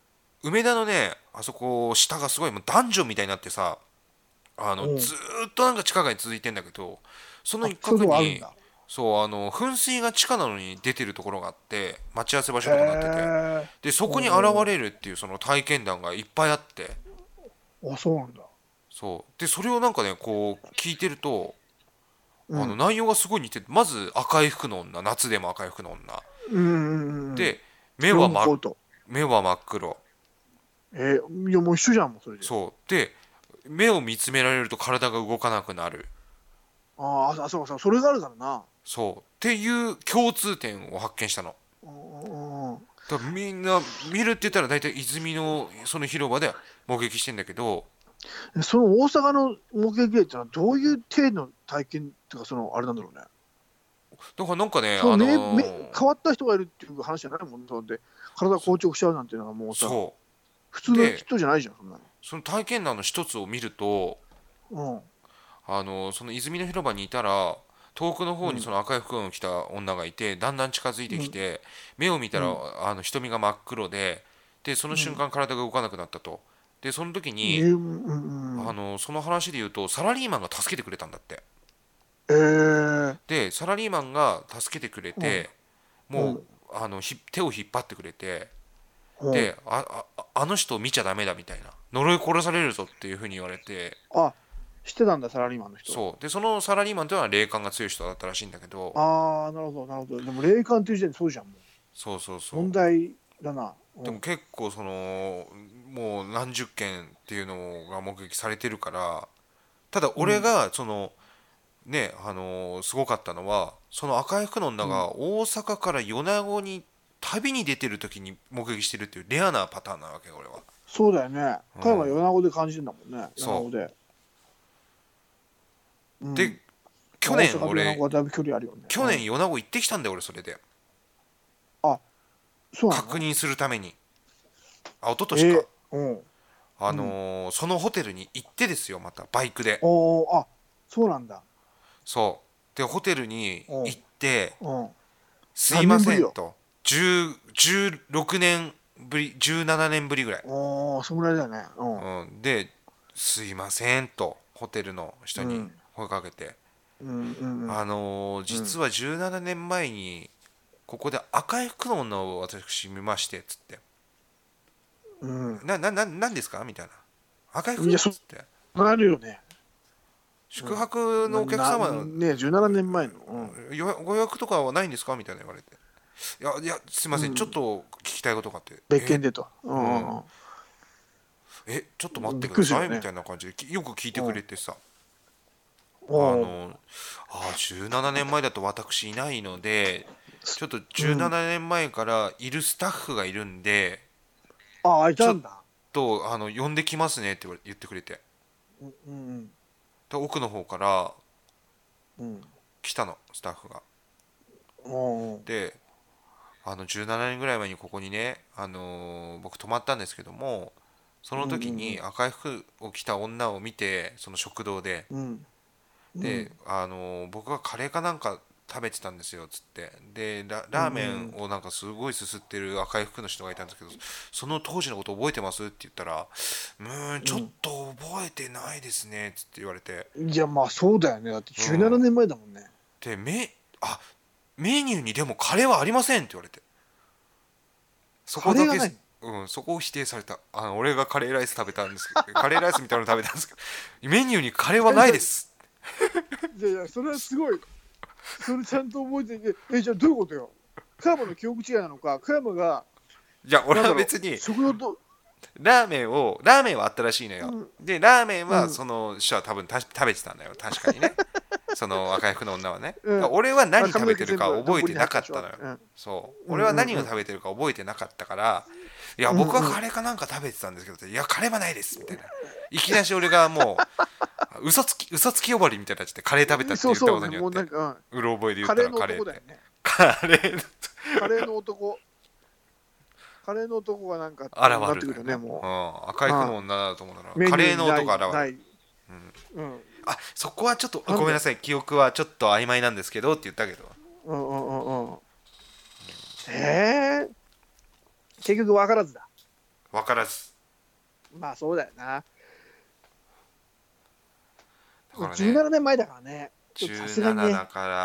梅田のねあそこ下がすごいもうダンジョンみたいになってさ、あの、 うん、 ずーっとなんか地下街続いてんだけど、その一角にそうあの噴水が地下なのに出てるところがあって、待ち合わせ場所とかなってて、でそこに現れるっていうその体験談がいっぱいあって、 あ、そうなんだ。 そうでそれをなんかねこう聞いてると、 うん、 あの内容がすごい似てて、まず赤い服の女、夏でも赤い服の女、 うんうんうん、 で目は真目は真っ黒、 えー、いやもう一緒じゃんもうそれで。 そうで目を見つめられると体が動かなくなる。 ああ、そうそう、それがあるからな。 そうっていう共通点を発見したの。だからみんな見るって言ったら大体泉のその広場で目撃してんだけど、 その大阪の目撃例ってのはどういう程度の体験っていうか、そのあれなんだろうね。 だからなんかね、 あのー、変わった人がいるっていう話じゃないもんで、体が硬直しちゃうなんていうのがもうさ、そう普通の人じゃないじゃん。そんなのその体験談の一つを見ると、うん、あのその泉の広場にいたら遠くの方にその赤い服を着た女がいて、うん、だんだん近づいてきて、うん、目を見たら、うん、あの瞳が真っ黒で、でその瞬間体が動かなくなったと。でその時に、うん、あのその話で言うとサラリーマンが助けてくれたんだって。えー、でサラリーマンが助けてくれて、うん、もう、うん、あのひ手を引っ張ってくれて、うん、で あ, あ, あの人を見ちゃダメだみたいな、呪い殺されるぞっていうふうに言われて。 あ、知ってたんだサラリーマンの人。 そうでそのサラリーマンというのは霊感が強い人だったらしいんだけど。 ああ、なるほどなるほど。でも霊感っていう時点でそうじゃん。もうそうそうそう、 問題だな。 でも結構そのもう何十件っていうのが目撃されてるから、ただ俺がその、うん、ねあのすごかったのは、その赤い服の女が大阪から米子に旅に出てる時に目撃してるっていうレアなパターンなわけよ俺は。 そうだよね。彼は米子で感じるんだもんね。米子で。 うん、で去年俺、 ね、 去年米子行ってきたんだよ俺それで。 あ、そうなの？ 確認するために。あ、一昨年か、 えーうん、 あのーうん、そのホテルに行ってですよ、またバイクで。 おあ、そうなんだ。 そうでホテルに行って「すいません」とじゅうろくねんぶりじゅうななねんぶりぐらい。 おー、そんぐらいだよね。 うん、で「すいません」とホテルの人に声かけて、うんうんうん、あのー、実はじゅうななねんまえにここで赤い服の女を私見ましてっつって。うん、な、な、な、なんですかみたいな。赤い服っつって。 なるよね。 宿泊のお客様、 うん、ね、じゅうななねんまえの、 うん、ご予約とかはないんですかみたいな言われて。いや、いや、すいません、うん、ちょっと聞きたいことがあって。 別件でと。 うん、え、ちょっと待ってください、ね、みたいな感じでよく聞いてくれてさ。あの、あ、じゅうななねんまえだと私いないので、ちょっとじゅうななねんまえからいるスタッフがいるんで、 ああ、いたんだ。 ちょっとあの呼んできますねって言ってくれて、うんうん、で奥の方から来たのスタッフが。うん、であのじゅうななねんぐらい前にここにね、あのー、僕泊まったんですけども、その時に赤い服を着た女を見て、その食堂で、うんうん、で、あのー、僕がカレーかなんか食べてたんですよっつって、で ラ, ラーメンをなんかすごいすすってる赤い服の人がいたんですけど、その当時のこと覚えてますって言ったら、うーんちょっと覚えてないですねっつって言われて。 いやまあそうだよね、だってじゅうななねんまえだもんね。 うん、でメあメニューにでもカレーはありませんって言われて、そこだけ、うん、そこを否定された。あの俺がカレーライス食べたんですけどカレーライスみたいなの食べたんですけどメニューにカレーはないですいやいやそれはすごい、それちゃんと覚えていて、え、じゃあどういうことよ。加山の記憶違いなのか、加山が。 いや、俺は別に食堂とラーメンを、ラーメンはあったらしいのよ。うん、で、ラーメンはその人は多分た食べてたんだよ、確かにね。その赤い服の女はね。うん、俺は何食べてるか覚えてなかったのよ。うん、そう。俺は何を食べてるか覚えてなかったから、いや、僕はカレーかなんか食べてたんですけど、いや、カレーはないですみたいな。いきなり俺がもう、嘘つき、嘘つき呼ばわりみたいな感じでカレー食べたって言ったことによって、うろ覚えで言ったらカレーって。カレーの男だよね。 カレーの男。カレーの男がなんか現れるね、もう、うん、赤い服の女だと思うならカレーの男が現れる、うんうん、あ、そこはちょっとごめんなさい、記憶はちょっと曖昧なんですけどって言ったけど、うんうんうんうん、 えー、結局分からずだ。 分からず。 まあそうだよな。 だからね、 じゅうななねんまえだからね。 じゅうななだから、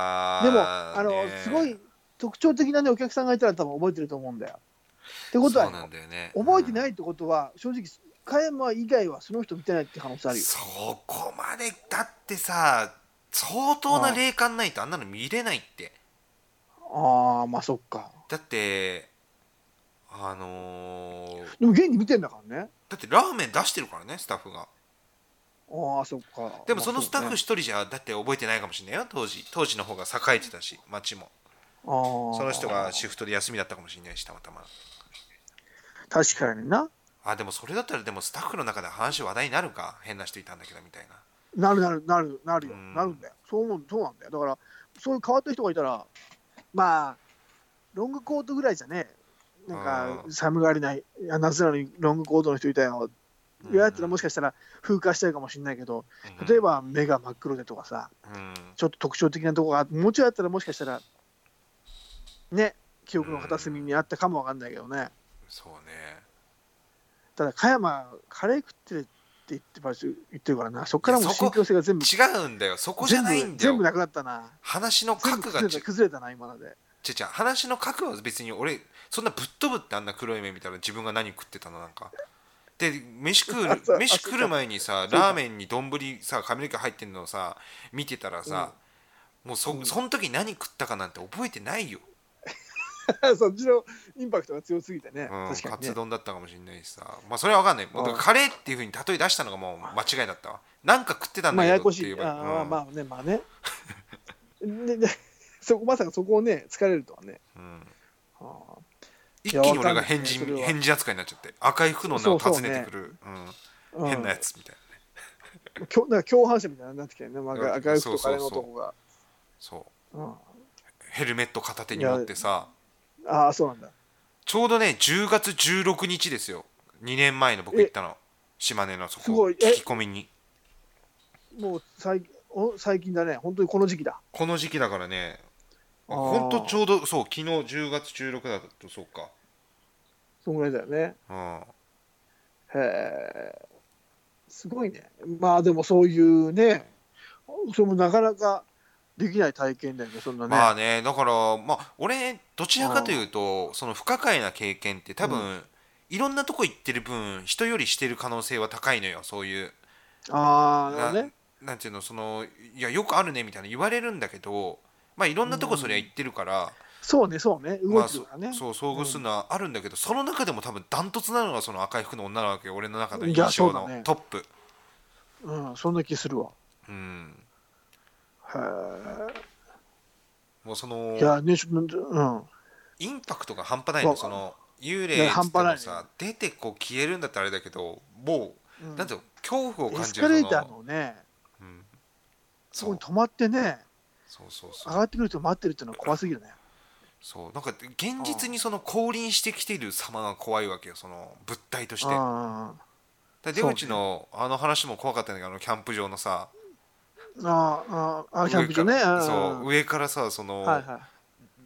ね、でもあのすごい特徴的なねお客さんがいたら多分覚えてると思うんだよ。ってことは、 そうなんだよね、 覚えてないってことは、うん、正直加山以外はその人見てないって可能性あるよ。 そこまでだってさ、相当な霊感ないとあんなの見れないって。 ああ、まあそっか。 だってあのー、 でも現に見てんだからね。 だってラーメン出してるからね、スタッフが。 ああ、そっか。 でもそのスタッフ一人じゃだって覚えてないかもしれないよ。当時当時の方が栄えてたし、街も。あ、その人がシフトで休みだったかもしれないし、たまたま。 確かにな。 あ、でもそれだったらでもスタッフの中で話話題になるか、変な人いたんだけどみたいな。なるなるなるなるよ、うん、なるんだよ。そう思う、そうなんだよ。だからそういう変わった人がいたら、まあロングコートぐらいじゃね、なんか寒がりない夏なのにロングコートの人いたよ。言われたらもしかしたら風化しちゃうかもしれないけど、うん、例えば目が真っ黒でとかさ、うん、ちょっと特徴的なところがもうちょいあったらもしかしたらね、記憶の片隅にあったかもわかんないけどね、うん、 そうね。 ただ加山カレー食ってるって言って言ってるからな、そこからも信憑性が全部違うんだよ。そこじゃないんだよ。 全部なくなったな。 話の核が崩れた、崩れたな今ので。 ちゃちゃ話の核は別に俺そんなぶっ飛ぶって、あんな黒い目見たら自分が何食ってたのなんかで、飯食う飯食る前にさ、ラーメンに丼さ髪の毛入ってんのをさ見てたらさ、うん、もう そ,、うん、その時何食ったかなんて覚えてないよ。 そっちのインパクトが強すぎてね、 うん、 確かにね。 カツ丼だったかもしれないしさ、まあそれは分かんない。もうカレーっていう風に例え出したのがもう間違いだったわ。なんか食ってたんだけどっていう。 まあややこしい。あ、うん、まあね、まあねででそこまさかそこをね疲れるとはね、うん、はあ、 一気に俺が変人、ね、変人扱いになっちゃって、赤い服の名を訪ねてくる、うん、変なやつみたいなね、きょなんか共犯者みたいになってきてね、まあ、赤い服とカレーの男がそう、うん、ヘルメット片手に持ってさ、 ああそうなんだ。 ちょうどねじゅうがつじゅうろくにちですよ。にねんまえの僕行ったの、島根のそこ聞き込みに。 もう最お最近だね、本当にこの時期だ。 この時期だからね、本当ちょうどそう、昨日じゅうがつじゅうろくだとそうか。 そんぐらいだよね。 うん、へえ、すごいね。まあでもそういうね、それもなかなかできない体験だよね、そんなね。 まあね、だからまあ俺どちらかというとその不可解な経験って多分、うん、いろんなとこ行ってる分人よりしてる可能性は高いのよ。そういう、 ああ、ね、 なんていうの、そのいやよくあるねみたいな言われるんだけど、まあいろんなとこそりゃ行ってるから、うん、 そうねそうね、動いてるからね、まあ、 そ, そう遭遇するのはあるんだけど、うん、その中でも多分ダントツなのがその赤い服の女なわけよ、俺の中の印象のトップ。 うん、そんな気するわ。 うん。 へえ。 もうそのいやね、ちょっと、うん、 インパクトが半端ないの。その幽霊って言ってもさ、ね、出てこう消えるんだったらあれだけど、もう、うん、なんていうの、恐怖を感じる。 エスカレーターのね、うん、そこに止まってね、 そうそうそう、 上がってくる人待ってるっていうのは怖すぎるね。 そう、なんか現実にその降臨してきている様が怖いわけよ、その物体として。で出口のあの話も怖かったんだけど、あのキャンプ場のさ、 あああキャンプ場ね、 そう上からさ、その、はいはい、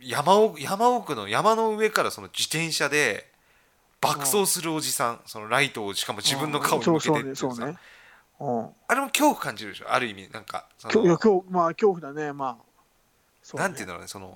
山奥山奥の山の上からその自転車で爆走するおじさん、そのライトをしかも自分の顔に向けてっていうさ、そうそうね、そうね、あれも恐怖感じるでしょ、ある意味。なんかその、いや恐怖、まあ恐怖だね、まあそうね、なんていうんだろうね、その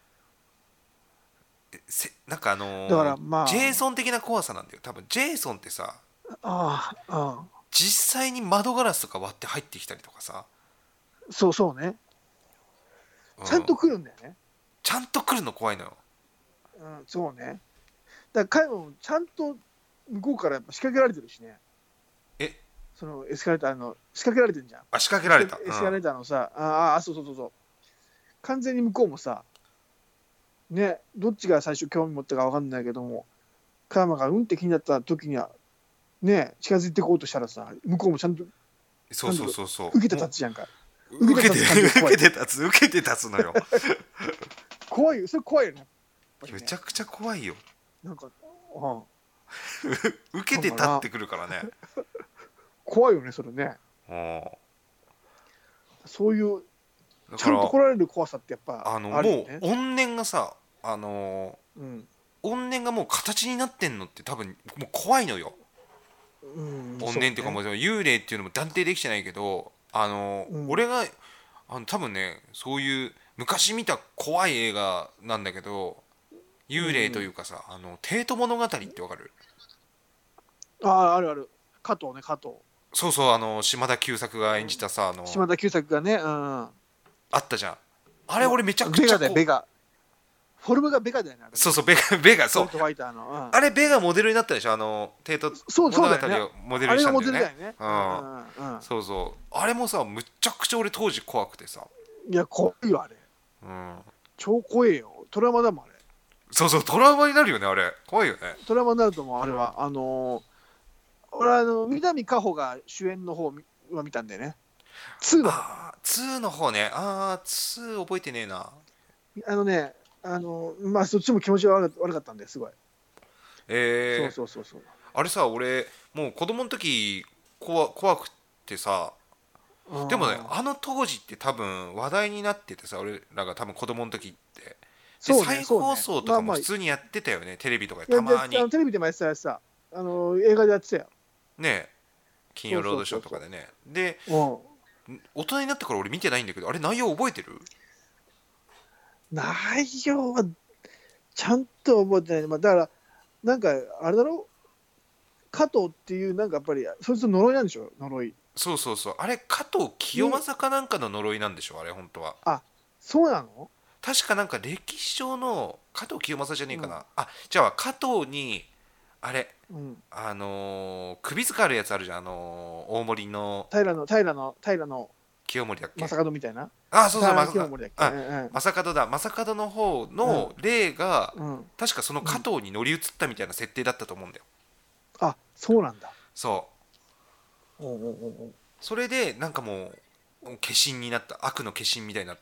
せなんかあのー、だからまあジェイソン的な怖さなんだよ多分。ジェイソンってさ、ああ実際に窓ガラスとか割って入ってきたりとかさ、 そうそうね、うん、ちゃんと来るんだよね。 ちゃんと来るの怖いのよ。 うん、そうね。だから彼もちゃんと向こうから仕掛けられてるしね。 え、 そのエスカレーターの仕掛けられてるじゃん。 あ、仕掛けられた。 エスカレーターのさ、うん、ああそうそうそうそう。完全に向こうもさ、ね、どっちが最初興味持ったか分かんないけども、加山がうんって気になった時にはね、近づいていこうとしたらさ、向こうもちゃんと、 そうそうそうそう、 受けて立つじゃんか。 受けて受けて立つ受けて立つのよ。 怖いよ、それ怖いよね。 めちゃくちゃ怖いよ。 なんか、ああ受けて立ってくるからね。 怖いよね、それね。ああ、そういうちゃんと来られる怖さってやっぱあのあるよね。もう怨念がさ、あのーうん、 怨念がもう形になってんのって多分もう怖いのよ。うん、怨念っていうかもう幽霊っていうのも断定できてないけど、あの、うん、俺があの多分ねそういう昔見た怖い映画なんだけど、幽霊というかさ、うん、あの帝都物語ってわかる？ ああ、あるある。加藤ね、加藤。 そうそう、あの島田久作が演じたさ、あの島田久作がね、うん、あったじゃん。あれ俺めちゃくちゃベガでベガ。フォルムがベガだよね。 そうそう、ベガ、ベガ、そう。 ファイターの、うん、 あれベガモデルになったでしょ、あの帝都物語をモデルにしたんだよね。あれがモデルだよね。うん、うん、そうそう。あれもさ、むちゃくちゃ俺当時怖くてさ。 いや怖いよあれ。うん。超怖いよ。トラウマだもんあれ。 そうそう、トラウマになるよねあれ。怖いよね。 トラウマになると思うあれは。あのー、俺はあの南果歩が主演の方は見たんだよね。ツーの方。 あツーの方ね。ああ、ツー覚えてねえな。 あのね。あのまあそっちも気持ちが悪かったんですごい。 えー、そうそうそうそう。 あれさ、俺もう子供の時怖怖くてさ、でもねあの当時って多分話題になっててさ、俺らが多分子供の時って、で、ね、再放送とかも普通にやってたよね、まあまあ、テレビとかでたまに。 あのテレビでもやってたさ、あの映画でやってたよ。 ねえ、金曜ロードショーとかでね。で、大人になってから俺見てないんだけど、あれ内容覚えてる？ 内容はちゃんと覚えてない、まあ、だからなんかあれだろう、加藤っていうなんかやっぱりそいつの呪いなんでしょ、呪い。 そうそうそう、あれ加藤清正かなんかの呪いなんでしょ、あれ本当は。 あ、そうなの？ 確かなんか歴史上の加藤清正じゃねえかな、うん、あ、じゃあ加藤にあれ、うん、あのー、首塚あるやつあるじゃん、あのー、大森の平の平の平の清盛だっけ、 正門みたいな。 あ、そうそう、正門だっけ、あ、うん、正門だ、正門の方の霊が、うん、確かその加藤に乗り移ったみたいな設定だったと思うんだよ。 うん、あ、そうなんだ。 そう。 おうおうおう、 それでなんかもう化身になった、悪の化身みたいになって、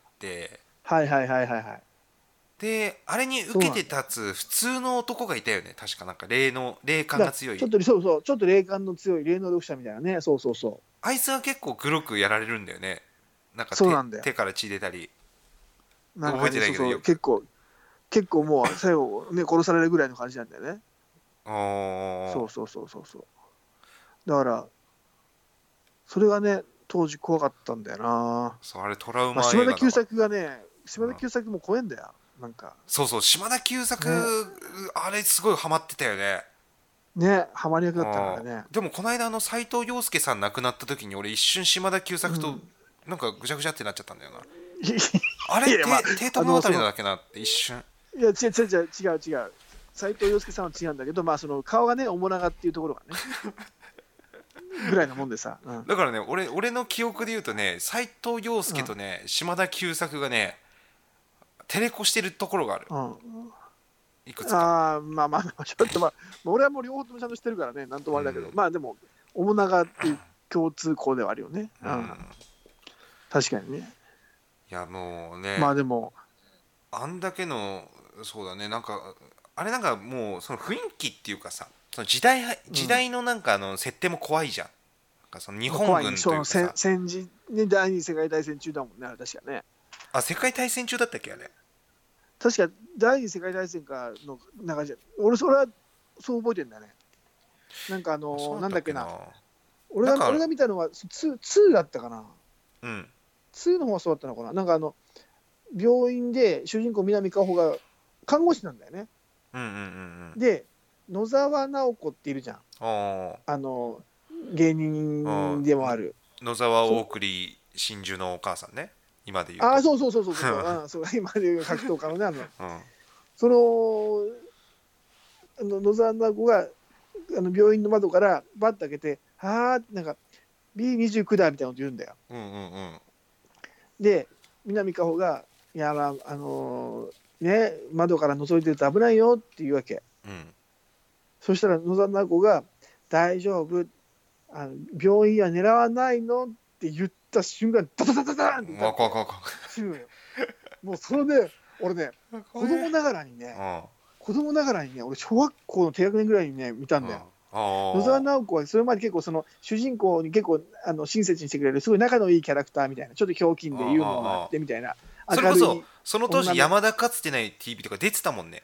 はいはいはいはいはい。 で、あれに受けて立つ普通の男がいたよね、確か。なんか霊の霊感が強い、 ちょっとそうそう、ちょっと霊感の強い霊能力者みたいなね。そうそうそう。 あいつは結構黒くやられるんだよね。なんか 手, そうなんだよ、 手から血出たり。 なんか、ね、覚えてないけど、そうそう、結構結構もう最後ね殺されるぐらいの感じなんだよね。 ああ。 そうそうそうそうそう。だからそれがね当時怖かったんだよな。 そう、あれトラウマ映画だ、 まあ、島田久作がね、島田久作も怖いんだよ、うん、なんか。 そうそう、島田久作、ね、あれすごいハマってたよね。 ね、ハマり役だったからね。 でもこの間あの斉藤洋介さん亡くなった時に俺一瞬島田久作となんかぐちゃぐちゃってなっちゃったんだよな、うん、あれ帝都物語だっけなって一瞬。 いや違う違う違う違う違う、斉藤洋介さんは違うんだけど、まあその顔がね面長っていうところがねぐらいのもんでさ、うん、 だからね、俺俺の記憶で言うとね、斉藤洋介とね、うん、島田久作がね照れこしてるところがある、うん、いくつか。 あ、まあまあちょっとまあ俺はもう両方ともちゃんとしてるからね、なんともあれだけど、うん、まあでも面長っていう共通項ではあるよね、うんうん、確かにね。 いやもうね、 まあでもあんだけの、そうだね、なんかあれなんかもうその雰囲気っていうかさ、その時代時代のなんかあの設定も怖いじゃん。なんかその日本軍というかさ、 戦時ね、第二次世界大戦中だもんね、あれ確かね。 あ、世界大戦中だったっけあれ。 確か第二次世界大戦かの中じゃ、俺それはそう覚えてんだね。なんかあのー、なんだっけな、俺が俺が見たのはツー、ツーだったかな。 うん。 ツーの方はそうだったのかな。なんかあの病院で主人公南果歩が看護師なんだよね。 うんうんうんうん。 で野沢直子っているじゃん。あの芸人でもある。 野沢大栗真珠のお母さんね。今で言うと。 ああ、そうそうそうそうそう。あ、そう今で言う格闘家のね、あの、うん、そのあの野沢直子があの病院の窓からバッと開けて、はあ、なんか ビーにじゅうきゅう だみたいなこと言うんだよ。 うんうんうん。 で南果歩がいや、あのー、ね、窓から覗いてると危ないよっていうわけ。 うん、 そしたら野沢直子が大丈夫、あの病院は狙わないのって言った瞬間ダダダダダンってわかわかわかもうそれで俺ね子供ながらにね、子供ながらにね、俺小学校の低学年ぐらいにね見たんだよ。野沢直子はそれまで結構その主人公に結構あの親切にしてくれるすごい仲のいいキャラクターみたいな、ちょっとひょうきんでユーモアがあってみたいな。 それこそその当時山田かつてない ティーブイ とか出てたもんね。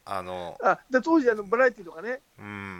あのあで当時あのバラエティとかね、 うん、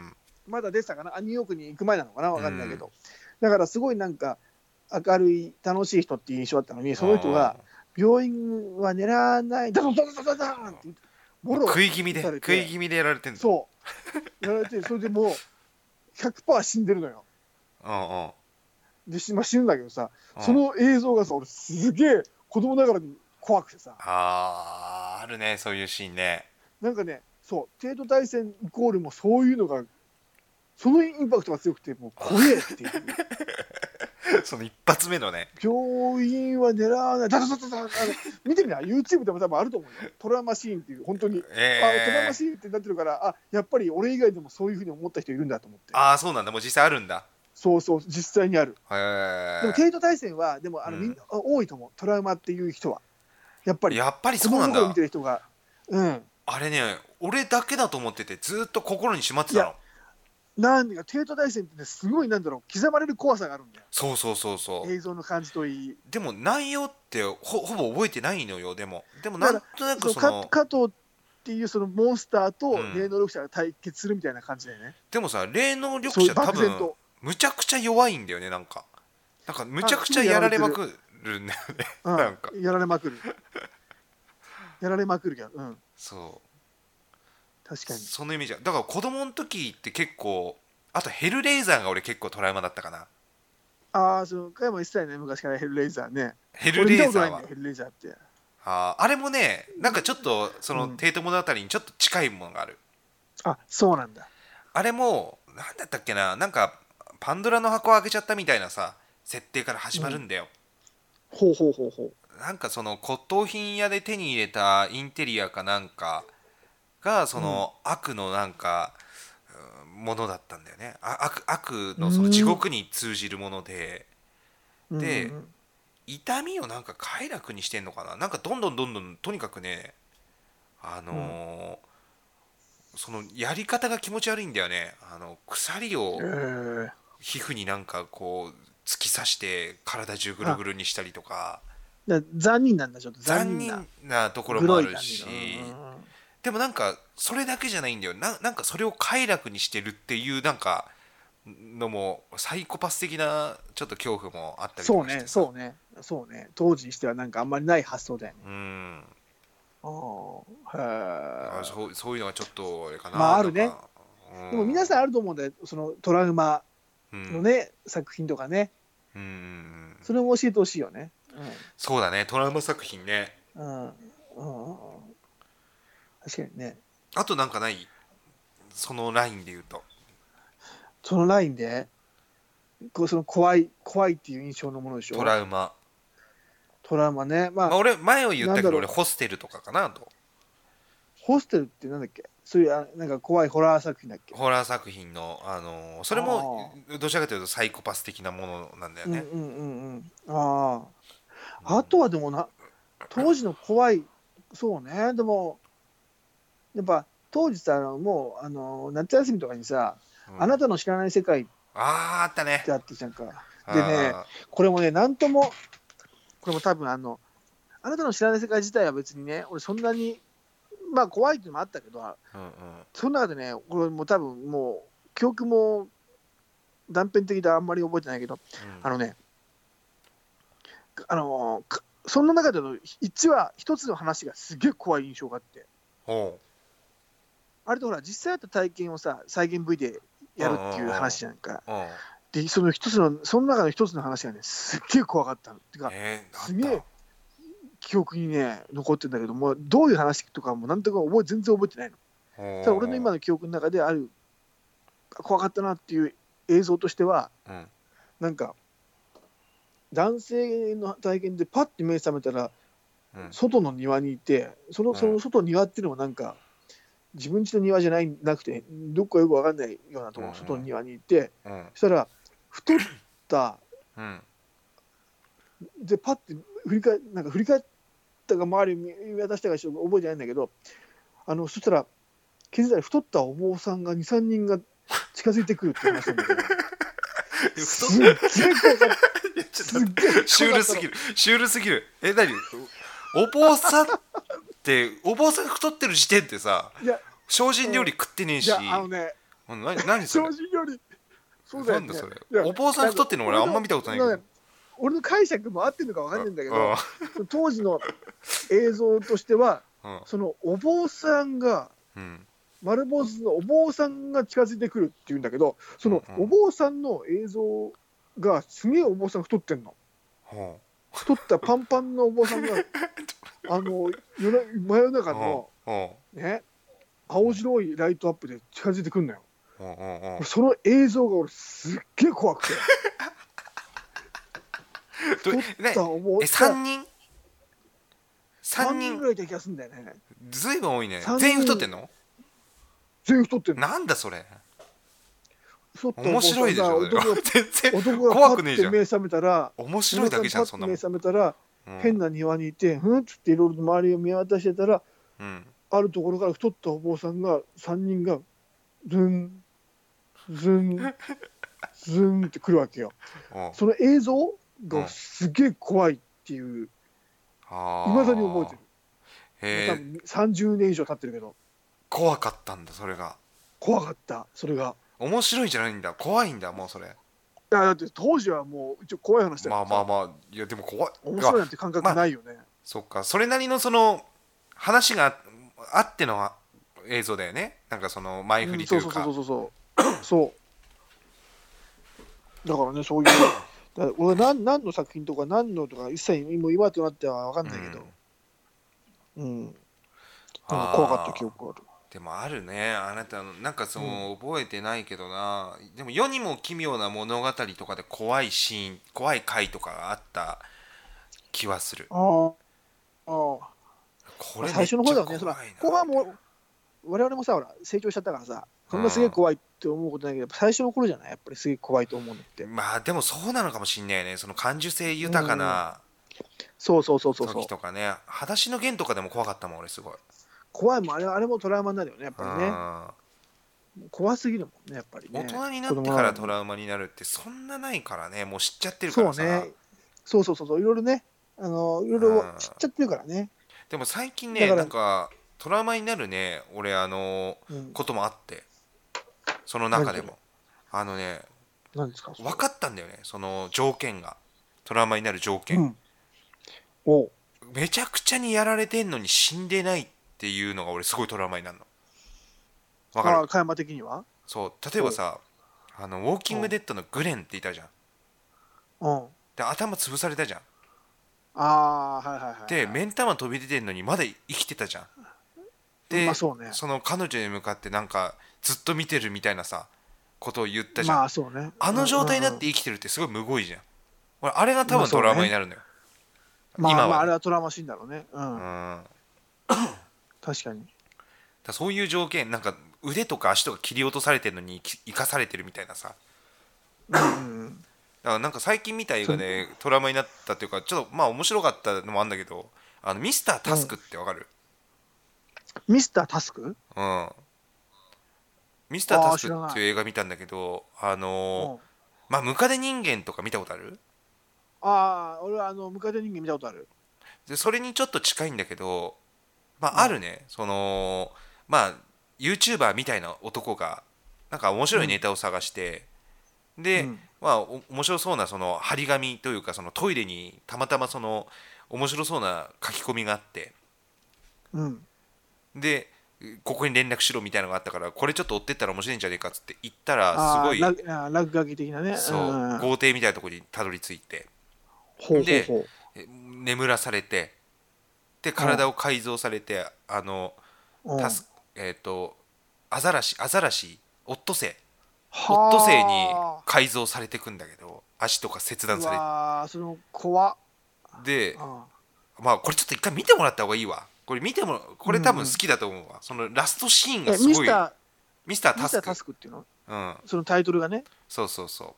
まだ出てたかな、ニューヨークに行く前なのかな、わかんないけど、うん、だからすごいなんか明るい楽しい人っていう印象だったのに、その人が病院は狙わないダダダダダダーンってボロ食い気味で食い気味でやられてるの。 そうやられて、それでもう ひゃくパーセント 死んでるのよ。 うんうんで、まあ、死ぬんだけどさ、その映像がさ、俺すげえ子供ながらに怖くてさ。 あー、あるね、そういうシーンね。 なんかね、そう、帝都大戦イコールもそういうのが、そのインパクトが強くて、もう怖えっていう。 その一発目のね。 病院は狙わない。だだだだだだ見てみな、YouTube でも多分あると思うよ。トラウマシーンっていう、本当に。えー、あトラウマシーンってなってるから、あ、やっぱり俺以外でもそういうふうに思った人いるんだと思って。 ああ、そうなんだ、もう実際あるんだ。 そうそう、実際にある。 へでも帝都大戦はでもあの、うん、みんな多いと思う、トラウマっていう人はやっぱりやっぱりそうなんだ。 見てる人が、うん、 あれね、俺だけだと思っててずっと心にしまってたの。 なんでか帝都大戦って、ね、すごいなんだろう、刻まれる怖さがあるんだよ。 そうそうそうそう。 映像の感じといい。 でも内容って ほ, ほぼ覚えてないのよ。でもでもなんとなくその加藤っていうそのモンスターと霊能力者が対決するみたいな感じだよね。 うん、でもさ、霊能力者多分むちゃくちゃ弱いんだよね。なんかなんかむちゃくちゃやられまくるんだよね。なんかやられまくるやられまくるけど、うん、 そう確かにそのイメージだから子供の時って結構、あとヘルレイザーが俺結構トラウマだったかな。 ああ、その加山言ってたよね、昔からヘルレイザーね。 ヘルレイザーはヘルレイザーってああれもね、なんかちょっとその帝都物語にちょっと近いものがある、 うん、あ、そうなんだ。 あれもなんだったっけな、なんかパンドラの箱を開けちゃったみたいなさ設定から始まるんだよ、 うん、ほうほうほうほう。 なんかその骨董品屋で手に入れたインテリアかなんかがその悪のなんか、うん、ものだったんだよね。悪、悪のその地獄に通じるもので、うん、で、うん、痛みをなんか快楽にしてんのかな、なんかどんどんどんどんとにかくね、あのーうん、そのやり方が気持ち悪いんだよね。あの鎖を皮膚になんかこう突き刺して体中ぐるぐるにしたりとか、 だ残忍なんだ、ちょっと残忍 な, 残忍なところもあるし、でもなんかそれだけじゃないんだよ。 な, なんかそれを快楽にしてるっていうなんかのもサイコパス的なちょっと恐怖もあったりとかして。 そうねそうねそうね、当時にしてはなんかあんまりない発想だよね。 うん、 あへあ、そう、そういうのはちょっとあれかな。 まああるね、うん、でも皆さんあると思うんだよ、そのトラウマのね、うん、作品とかね、うん、それも教えてほしいよね、うん、 そうだね、トラウマ作品ね、 うん、うん、確かにね。 あとなんかない？そのラインで言うと、 そのラインでこうその怖い怖いっていう印象のものでしょ。 トラウマトラウマね、まあ、 まあ、俺前を言ったけど俺ホステルとかかなと。 ホステルってなんだっけ、そういうなんか怖いホラー作品だっけ。 ホラー作品の、あのー、それもどちらかというとサイコパス的なものなんだよね。 うんうんうんうん。ああ、あとはでもな当時の怖い、そうね、でもやっぱ当時さ、もうあの夏休みとかにさ、うん、あなたの知らない世界ってああったねってあったじゃんか。でね、これもね、なんともこれも多分あのあなたの知らない世界自体は別にね、俺そんなにまあ怖いっていうのもあったけど、うんうん、その中でね、これも多分もう記憶も断片的であんまり覚えてないけど、うん、あのね、あのその中での一話一つの話がすげえ怖い印象があって、あれとほら実際あった体験をさ再現 ブイ でやるっていう話じゃんか。でその一つのその中の一つの話がねすっげえ怖かったのってか、えー、すげえ記憶にね残ってるんだけども、どういう話とかもなんとか覚え全然覚えてないの。ただ俺の今の記憶の中である怖かったなっていう映像としては、うん、なんか男性の体験でパッて目覚めたら、うん、外の庭にいて、そのその外の庭っていうのもなんか自分家の庭じゃないなくてどっかよく分かんないようなところ、うん、外の庭にいて、うん、そしたら太った、うん、でパッて振り返なんか振り返ったか周り見渡したか覚えてないんだけど、あのそしたら気づいたら太ったお坊さんが にさんにんが近づいてくるって話なんだけどすっげえ怖かった。 シュールすぎるシュールすぎる。え、何お坊さんってお坊さんが太ってる時点ってさ、いや精進料理食ってねえし、 いやあのね何何それ精進料理そうだよね。 なんだそれお坊さん太ってるの俺あんま見たことないけど、 俺の解釈も合ってるのか分かんないんだけど、当時の映像としては、うん、そのお坊さんが、うん、丸坊主のお坊さんが近づいてくるっていうんだけど、そのお坊さんの映像がすげえお坊さん太ってんの、うん、太ったパンパンのお坊さんがあの夜真夜中の、うん、ね、青白いライトアップで近づいてくるのよ。うんうんうん、その映像が俺すっげえ怖くてえさんにんさんにんぐらいいた気がするんだよね。 ずいぶん多いね。全員太ってんの？ 全員太ってんの。 なんだそれ。面白いでしょ。全然男が怖くねえじゃん。 目覚めたら面白いだけじゃんそんなもん。 目覚めたら、うん、変な庭にいてふんっつっていろいろ周りを見渡してたら、うん、あるところから太ったお坊さんがさんにんがズンズンズンってくるわけよ。その映像がすげえ怖いっていう、いまだに覚えてる。へ多分さんじゅうねん以上経ってるけど。 怖かったんだそれが。 怖かったそれが。 面白いんじゃないんだ、怖いんだもうそれ。いやだって当時はもう一応怖い話だよ。 まあまあまあ、いやでも怖い。 面白いなんて感覚ないよね。まあ、 そっか、それなりのその話があっての映像だよね。なんかその前振りというか。 うん、そうそうそうそうそう。そうだからね、そういうだ俺何何の作品とか何のとか一切もう今となっては分かんないけど、うん、うん、なんか怖かった記憶がある。 でもあるね、あなたのなんかその、うん、覚えてないけどな。でも世にも奇妙な物語とかで怖いシーン、怖い回とかがあった気はする。 ああ、これ最初の方だよね。そら後半も我々もさ、ほら成長しちゃったからさ、そんなすげえ怖いって思うことないけど、最初の頃じゃない、やっぱりすげえ怖いと思うのって。 まあでもそうなのかもしんないね。その感受性豊かな、 うん、そうそうそうそう時とかね。裸足の弦とかでも怖かったもん俺すごい。 怖いもん、あれあれもトラウマになるよねやっぱりね。怖すぎるもんねやっぱりね。 大人になってからトラウマになるってそんなないからね。もう知っちゃってるからさ。 そうね。そうそうそうそう、いろいろね、あのいろいろ知っちゃってるからね。 でも最近ね、なんかトラウマになるね、俺あの、うん、こともあって、その中でもあのね、 何ですか、 分かったんだよね、その条件が、トラウマになる条件、うん、 おめちゃくちゃにやられてんのに死んでないっていうのが俺すごいトラウマになるの。分かる？ あ、加山的には？ そう、例えばさ、あのウォーキングデッドのグレンっていたじゃん。うん。で頭潰されたじゃん。 ああ、はいはいはい。 で目ん玉飛び出てんのにまだ生きてたじゃん。で、 まあそうね、 その彼女に向かってなんかずっと見てるみたいなさことを言ったじゃん。 まあそうね、 あの状態になって生きてるってすごいむごいじゃん。俺あれが多分トラウマになるのよ。 まあ、今は、ね、まあ、あれはトラウマシーンだろうね。うん。うん、確かに。 だそういう条件、なんか腕とか足とか切り落とされてるのに生かされてるみたいなさ。うん。だからなんか最近見た映画でトラウマになったというか、ちょっとまあ面白かったのもあるんだけど、あのミスタータスクってわかる？ うん、ミスタータスク？ うん。ミスタータスクっていう映画見たんだけど、あのー、まあムカデ人間とか見たことある？ ああ、俺はあのムカデ人間見たことある。 でそれにちょっと近いんだけど、まああるね、うん、そのまあ YouTuber みたいな男がなんか面白いネタを探して、うん、で、うん、まあ面白そうなその張り紙というかそのトイレにたまたまその面白そうな書き込みがあって、うん、でここに連絡しろみたいなのがあったから、これちょっと追ってったら面白いんじゃねえかっつって行ったら、すごい落書き的なね、 そう、うん、豪邸みたいなところにたどり着いて、ほうほうほう、で眠らされて、で体を改造されて、あのタスえっ、ー、とアザラシアザラシオットセイオットセイに改造されていくんだけど、足とか切断されて、 あその怖で、まあこれちょっと一回見てもらった方がいいわ。これ見てもこれ多分好きだと思うわ、うん、そのラストシーンがすごい。ミスターミスタータスク、ミスタータスクっていうの、うん、 そのタイトルがね。 そうそうそう。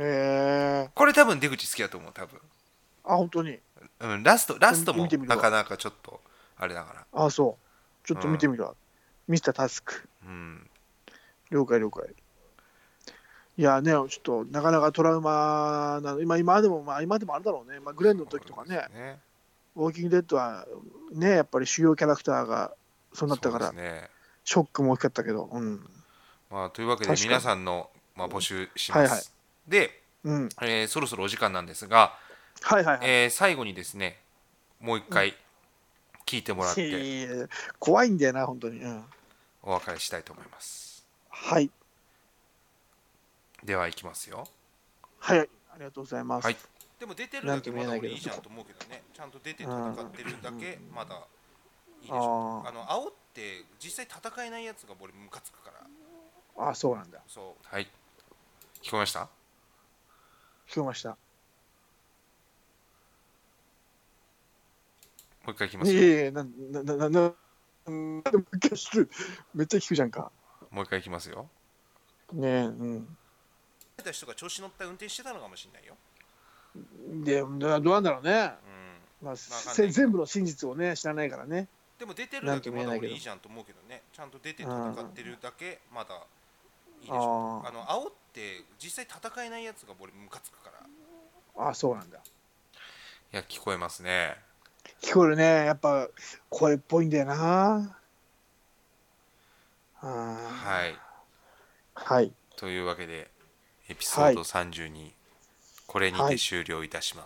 へえ。 これ多分出口好きだと思う多分。 あ、本当に。 うん、ラストラストもなかなかちょっとあれだから。 あ、そうちょっと見てみるわ、うん、ミスタータスク、うん、了解了解。いやね、ちょっとなかなかトラウマなの、今今でもまあ今でもあるだろうね、まあ、グレンの時とか ね, ねウォーキングデッドはねやっぱり主要キャラクターがそうなったから、ね、 ショックも大きかったけど、うん。 まあ、というわけで皆さんの、まあ、募集します。はいはい、で、 うん、 えー、そろそろお時間なんですが、 はいはいはい、 えー、最後にですねもう一回聞いてもらって、 うん、怖いんだよな本当に、うん、 お別れしたいと思います。 はい、 ではいきますよ。 はい、ありがとうございます。はい、 でも出てるだけまだ俺いいじゃんと思うけどね。ちゃんと出て戦ってるだけまだいいでしょ。あの煽って実際戦えないやつが俺ムカつくから。 あ、そうなんだ。 そう。 はい。聞こえました？ 聞こえました。 もう一回聞きますよ。 いやいや、な、な、な、な、な、めっちゃ聞くじゃんか。 もう一回聞きますよ。 ねえ、うん。 た人が調子乗った運転してたのかもしれないよ。 で、どうなんだろうね。うん。まあ、全部の真実をね、知らないからね。 でも出てるだけまだ俺いいじゃんと思うけどね。ちゃんと出て戦ってるだけまだいいでしょ。あの煽って実際戦えないやつが俺ムカつくから。 あ、そうなんだ。 いや、聞こえますね。 聞こえるね。やっぱ声っぽいんだよな。 はい。 はい。 というわけでエピソードさんじゅうに、はい、これにて終了いたします。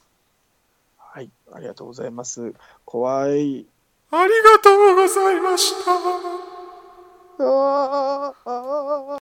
はい、はい、ありがとうございます。怖い。 ありがとうございました。